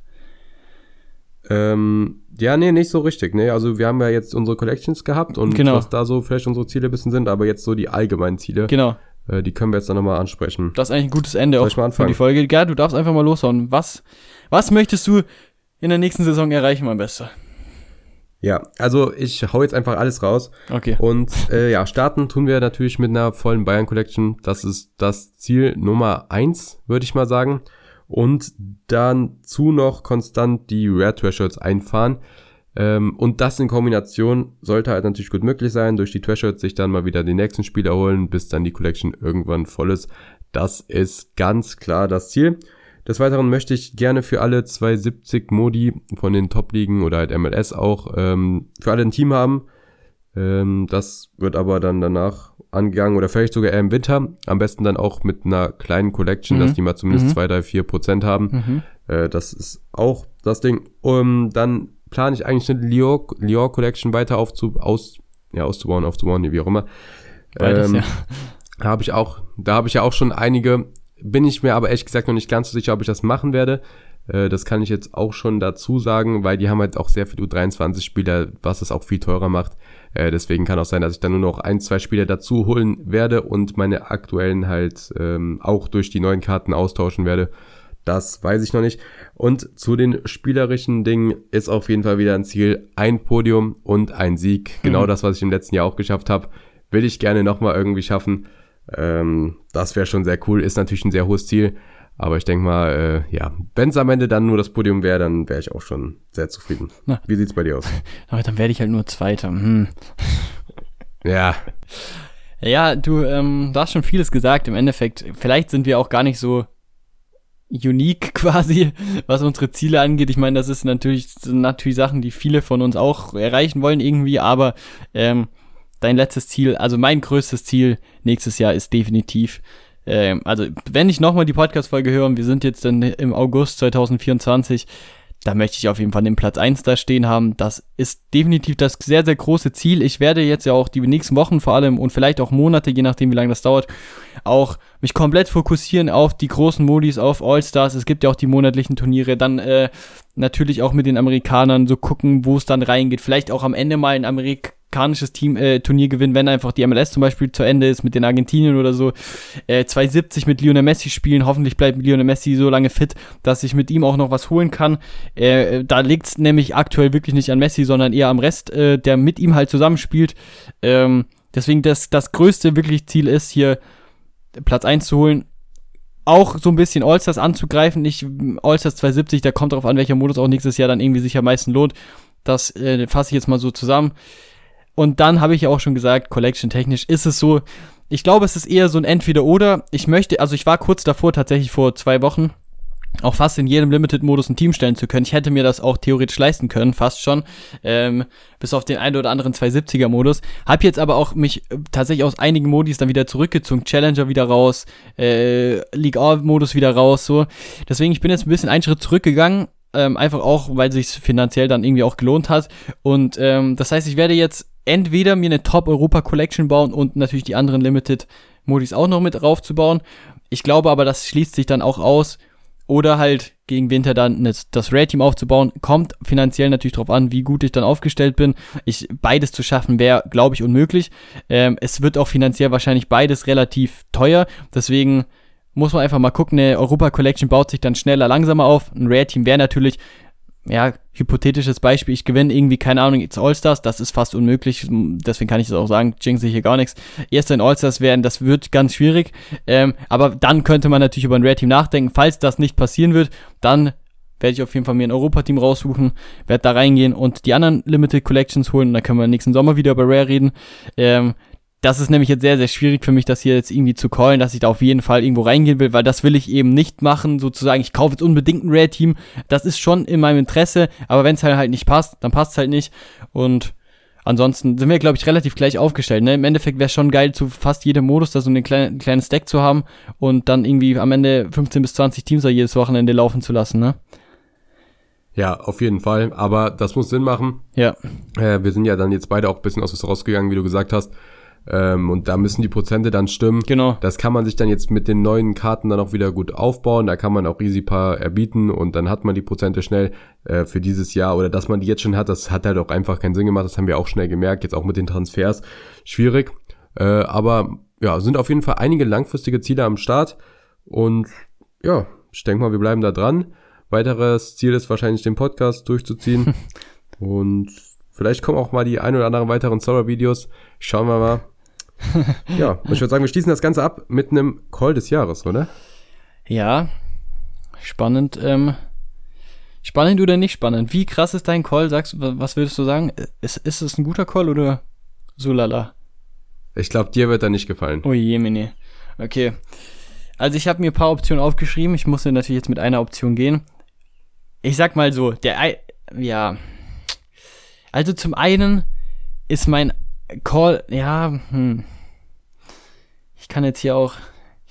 Ähm, ja, nee, nicht so richtig. Nee, also wir haben ja jetzt unsere Collections gehabt und Genau. was da so vielleicht unsere Ziele ein bisschen sind, aber jetzt so die allgemeinen Ziele, Genau. äh, die können wir jetzt dann nochmal ansprechen. Das ist eigentlich ein gutes Ende Soll auch ich mal für anfangen? die Folge. Ja, du darfst einfach mal loshauen. Was, was möchtest du in der nächsten Saison erreichen, mein Bester? Ja, also ich hau jetzt einfach alles raus. Okay. Und äh, ja, starten tun wir natürlich mit einer vollen Bayern Collection. Das ist das Ziel Nummer eins, würde ich mal sagen. Und dann zu noch konstant die Rare Thresholds einfahren. Ähm, und das in Kombination sollte halt natürlich gut möglich sein. Durch die Thresholds sich dann mal wieder die nächsten Spiele holen, bis dann die Collection irgendwann voll ist. Das ist ganz klar das Ziel. Des Weiteren möchte ich gerne für alle zweihundertsiebzig Modi von den Top-Ligen oder halt M L S auch ähm, für alle ein Team haben. Ähm, das wird aber dann danach angegangen oder vielleicht sogar eher im Winter. Am besten dann auch mit einer kleinen Collection, Mhm. dass die mal zumindest Mhm. zwei, drei, vier Prozent haben. Mhm. Äh, das ist auch das Ding. Um, dann plane ich eigentlich eine Lyon, Lyon Collection weiter aufzu, aus, ja, auszubauen, aufzubauen, wie auch immer. Beides, Ähm, ja. Da habe ich auch, da habe ich ja auch schon einige bin ich mir aber ehrlich gesagt noch nicht ganz so sicher, ob ich das machen werde. Äh, das kann ich jetzt auch schon dazu sagen, weil die haben halt auch sehr viele U dreiundzwanzig Spieler, was es auch viel teurer macht. Äh, deswegen kann auch sein, dass ich dann nur noch ein, zwei Spieler dazu holen werde und meine aktuellen halt ähm, auch durch die neuen Karten austauschen werde. Das weiß ich noch nicht. Und zu den spielerischen Dingen ist auf jeden Fall wieder ein Ziel, ein Podium und ein Sieg. Mhm. Genau das, was ich im letzten Jahr auch geschafft habe, will ich gerne nochmal irgendwie schaffen. Ähm, das wäre schon sehr cool, ist natürlich ein sehr hohes Ziel. Aber ich denke mal, äh, ja, wenn es am Ende dann nur das Podium wäre, dann wäre ich auch schon sehr zufrieden. Na, wie sieht's bei dir aus? Aber dann werde ich halt nur Zweiter. Hm. Ja. Ja, du, ähm, du hast schon vieles gesagt. Im Endeffekt, vielleicht sind wir auch gar nicht so unique quasi, was unsere Ziele angeht. Ich meine, das ist natürlich, sind natürlich Sachen, die viele von uns auch erreichen wollen irgendwie, aber ähm, dein letztes Ziel, also mein größtes Ziel nächstes Jahr ist definitiv, ähm, also wenn ich nochmal die Podcast-Folge höre, und wir sind jetzt dann im August zwanzig vierundzwanzig, da möchte ich auf jeden Fall den Platz eins da stehen haben. Das ist definitiv das sehr, sehr große Ziel. Ich werde jetzt ja auch die nächsten Wochen vor allem und vielleicht auch Monate, je nachdem wie lange das dauert, auch mich komplett fokussieren auf die großen Modis, auf All-Stars. Es gibt ja auch die monatlichen Turniere. Dann äh, natürlich auch mit den Amerikanern so gucken, wo es dann reingeht. Vielleicht auch am Ende mal ein amerikanisches Team äh, Turnier gewinnen, wenn einfach die M L S zum Beispiel zu Ende ist mit den Argentinien oder so. Äh, zwei siebzig mit Lionel Messi spielen. Hoffentlich bleibt Lionel Messi so lange fit, dass ich mit ihm auch noch was holen kann. Äh, da liegt es nämlich aktuell wirklich nicht an Messi, sondern eher am Rest, äh, der mit ihm halt zusammenspielt. Ähm, deswegen das, das größte wirklich Ziel ist, hier Platz eins zu holen. Auch so ein bisschen All-Stars anzugreifen. Nicht All-Stars zwei siebzig, da kommt darauf an, welcher Modus auch nächstes Jahr dann irgendwie sich am meisten lohnt. Das äh, fasse ich jetzt mal so zusammen. Und dann habe ich ja auch schon gesagt, Collection-technisch ist es so, ich glaube, es ist eher so ein Entweder-Oder. Ich möchte, also ich war kurz davor, tatsächlich vor zwei Wochen, auch fast in jedem Limited-Modus ein Team stellen zu können. Ich hätte mir das auch theoretisch leisten können, fast schon, ähm, bis auf den einen oder anderen zwei siebziger-Modus. Hab jetzt aber auch mich äh, tatsächlich aus einigen Modis dann wieder zurückgezogen. Challenger wieder raus, äh, League-A-Modus wieder raus, so. Deswegen, ich bin jetzt ein bisschen einen Schritt zurückgegangen, ähm, einfach auch, weil es sich finanziell dann irgendwie auch gelohnt hat. Und ähm, das heißt, ich werde jetzt entweder mir eine Top-Europa-Collection bauen und natürlich die anderen Limited-Modis auch noch mit raufzubauen. Ich glaube aber, das schließt sich dann auch aus. Oder halt gegen Winter dann das Rare-Team aufzubauen. Kommt finanziell natürlich drauf an, wie gut ich dann aufgestellt bin. Ich, beides zu schaffen wäre, glaube ich, unmöglich. Ähm, es wird auch finanziell wahrscheinlich beides relativ teuer. Deswegen muss man einfach mal gucken. Eine Europa-Collection baut sich dann schneller, langsamer auf. Ein Rare-Team wäre natürlich, ja, hypothetisches Beispiel, ich gewinne irgendwie, keine Ahnung, jetzt All-Stars, das ist fast unmöglich, deswegen kann ich das auch sagen, jinx ich hier gar nichts. Erst in All-Stars werden, das wird ganz schwierig, ähm, aber dann könnte man natürlich über ein Rare-Team nachdenken. Falls das nicht passieren wird, dann werde ich auf jeden Fall mir ein Europa-Team raussuchen, werde da reingehen und die anderen Limited Collections holen und dann können wir nächsten Sommer wieder über Rare reden. Ähm, Das ist nämlich jetzt sehr, sehr schwierig für mich, das hier jetzt irgendwie zu callen, dass ich da auf jeden Fall irgendwo reingehen will, weil das will ich eben nicht machen, sozusagen, ich kaufe jetzt unbedingt ein Rare-Team, das ist schon in meinem Interesse, aber wenn es halt, halt nicht passt, dann passt es halt nicht und ansonsten sind wir, glaube ich, relativ gleich aufgestellt, ne? Im Endeffekt wäre es schon geil, zu fast jedem Modus da so einen kleinen, kleinen Stack zu haben und dann irgendwie am Ende fünfzehn bis zwanzig Teams da jedes Wochenende laufen zu lassen, ne? Ja, auf jeden Fall, aber das muss Sinn machen. Ja. Äh, wir sind ja dann jetzt beide auch ein bisschen aus was rausgegangen, wie du gesagt hast. Ähm, und da müssen die Prozente dann stimmen. Genau. Das kann man sich dann jetzt mit den neuen Karten dann auch wieder gut aufbauen. Da kann man auch easy paar erbieten und dann hat man die Prozente schnell äh, für dieses Jahr. Oder dass man die jetzt schon hat, das hat halt auch einfach keinen Sinn gemacht. Das haben wir auch schnell gemerkt, jetzt auch mit den Transfers. Schwierig. Äh, aber ja, sind auf jeden Fall einige langfristige Ziele am Start. Und ja, ich denke mal, wir bleiben da dran. Weiteres Ziel ist wahrscheinlich, den Podcast durchzuziehen. Und vielleicht kommen auch mal die ein oder anderen weiteren Server-Videos. Schauen wir mal. Ja, ich würde sagen, wir schließen das Ganze ab mit einem Call des Jahres, oder? Ja, spannend. Ähm, spannend oder nicht spannend? Wie krass ist dein Call? Sagst, was würdest du sagen? Ist, ist es ein guter Call oder so lala? Ich glaube, dir wird er nicht gefallen. Oh je, Mini. Okay. Also ich habe mir ein paar Optionen aufgeschrieben. Ich musste natürlich jetzt mit einer Option gehen. Ich sag mal so, der, I- ja... Also zum einen ist mein Call, ja, hm, ich kann jetzt hier auch,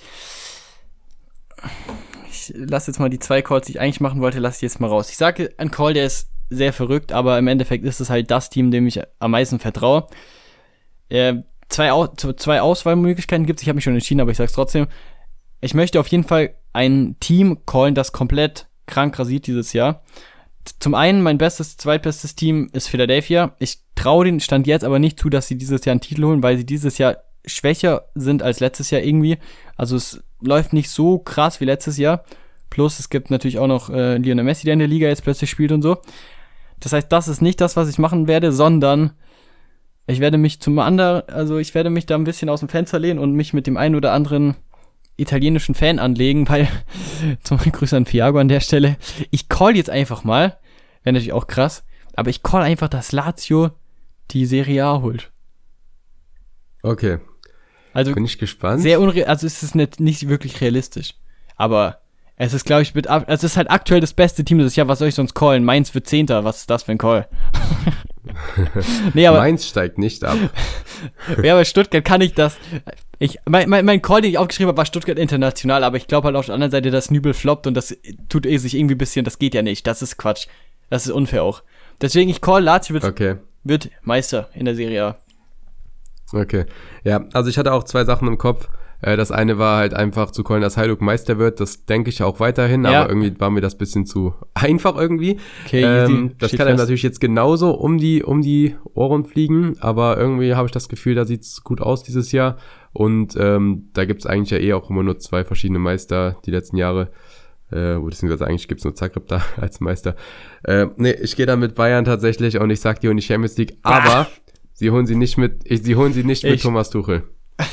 ich lasse jetzt mal die zwei Calls, die ich eigentlich machen wollte, lasse ich jetzt mal raus. Ich sage, ein Call, der ist sehr verrückt, aber im Endeffekt ist es halt das Team, dem ich am meisten vertraue. Äh, zwei, Au- zwei Auswahlmöglichkeiten gibt es, ich habe mich schon entschieden, aber ich sag's trotzdem. ich möchte auf jeden Fall ein Team callen, das komplett krank rasiert dieses Jahr. Zum einen, mein bestes, zweitbestes Team ist Philadelphia. Ich traue den Stand jetzt aber nicht zu, dass sie dieses Jahr einen Titel holen, weil sie dieses Jahr schwächer sind als letztes Jahr irgendwie. Also es läuft nicht so krass wie letztes Jahr. Plus es gibt natürlich auch noch äh, Lionel Messi, der in der Liga jetzt plötzlich spielt und so. Das heißt, das ist nicht das, was ich machen werde, sondern ich werde mich zum anderen, also ich werde mich da ein bisschen aus dem Fenster lehnen und mich mit dem einen oder anderen italienischen Fan anlegen, weil, zum Beispiel Grüße an Thiago an der Stelle, ich call jetzt einfach mal, wäre natürlich auch krass, aber ich call einfach, dass Lazio die Serie A holt. Okay. Also bin ich gespannt. Sehr unre- also es ist nicht, nicht wirklich realistisch, aber es ist, glaube ich, mit ab- es ist halt aktuell das beste Team dieses Jahr, was soll ich sonst callen? Mainz wird Zehnter, was ist das für ein Call? nee, aber, Mainz steigt nicht ab. ja, bei Stuttgart kann ich das. Ich, mein, mein, mein Call, den ich aufgeschrieben habe, war Stuttgart international, aber ich glaube halt auf der anderen Seite, dass Nübel floppt und das tut eh sich irgendwie ein bisschen, das geht ja nicht. Das ist Quatsch. Das ist unfair auch. Deswegen, ich call, Lazio wird, okay. wird Meister in der Serie A. Okay. Ja, also ich hatte auch zwei Sachen im Kopf. Das eine war halt einfach zu callen, dass Hajduk Meister wird. Das denke ich auch weiterhin, ja. aber irgendwie war mir das ein bisschen zu einfach irgendwie. Okay, ähm, das Steht kann einem fest. natürlich jetzt genauso um die um die Ohren fliegen, aber irgendwie habe ich das Gefühl, da sieht's gut aus dieses Jahr. Und ähm, da gibt's eigentlich ja eh auch immer nur zwei verschiedene Meister die letzten Jahre. Äh, beziehungsweise eigentlich gibt's nur Zagreb da als Meister. Äh, nee, ich gehe da mit Bayern tatsächlich und ich sag, die holen die Champions League, aber ah. sie holen sie nicht mit, ich, sie holen sie nicht ich. mit Thomas Tuchel.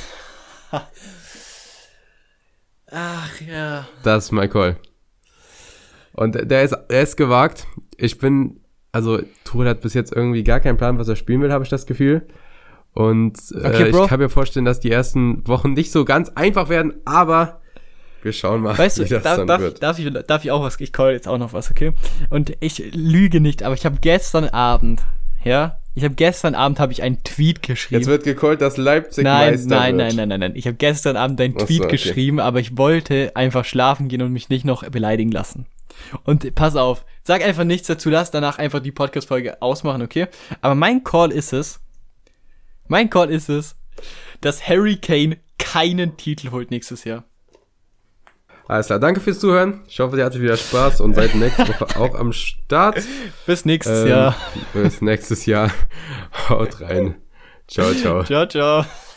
Ach ja. Das ist mein Call. Und der ist, der ist gewagt. Ich bin, also Tuchel hat bis jetzt irgendwie gar keinen Plan, was er spielen will, habe ich das Gefühl. Und okay, äh, ich kann mir vorstellen, dass die ersten Wochen nicht so ganz einfach werden, aber wir schauen mal, weißt du, wie das darf, dann darf, wird. Darf ich, darf ich auch was? Ich call jetzt auch noch was, okay? Und ich lüge nicht, aber ich habe gestern Abend, ja, ich habe gestern Abend habe ich einen Tweet geschrieben. Jetzt wird gecallt, dass Leipzig nein, Meister nein, wird. Nein, nein, nein, nein. Ich habe gestern Abend einen Tweet Achso, okay. geschrieben, aber ich wollte einfach schlafen gehen und mich nicht noch beleidigen lassen. Und pass auf, sag einfach nichts dazu, lass danach einfach die Podcast-Folge ausmachen, okay? Aber mein Call ist es, mein Call ist es, dass Harry Kane keinen Titel holt nächstes Jahr. Alles klar, danke fürs Zuhören. Ich hoffe, ihr hattet wieder Spaß und seid nächste Woche auch am Start. Bis nächstes ähm, Jahr. Bis nächstes Jahr. Haut rein. Ciao, ciao. Ciao, ciao.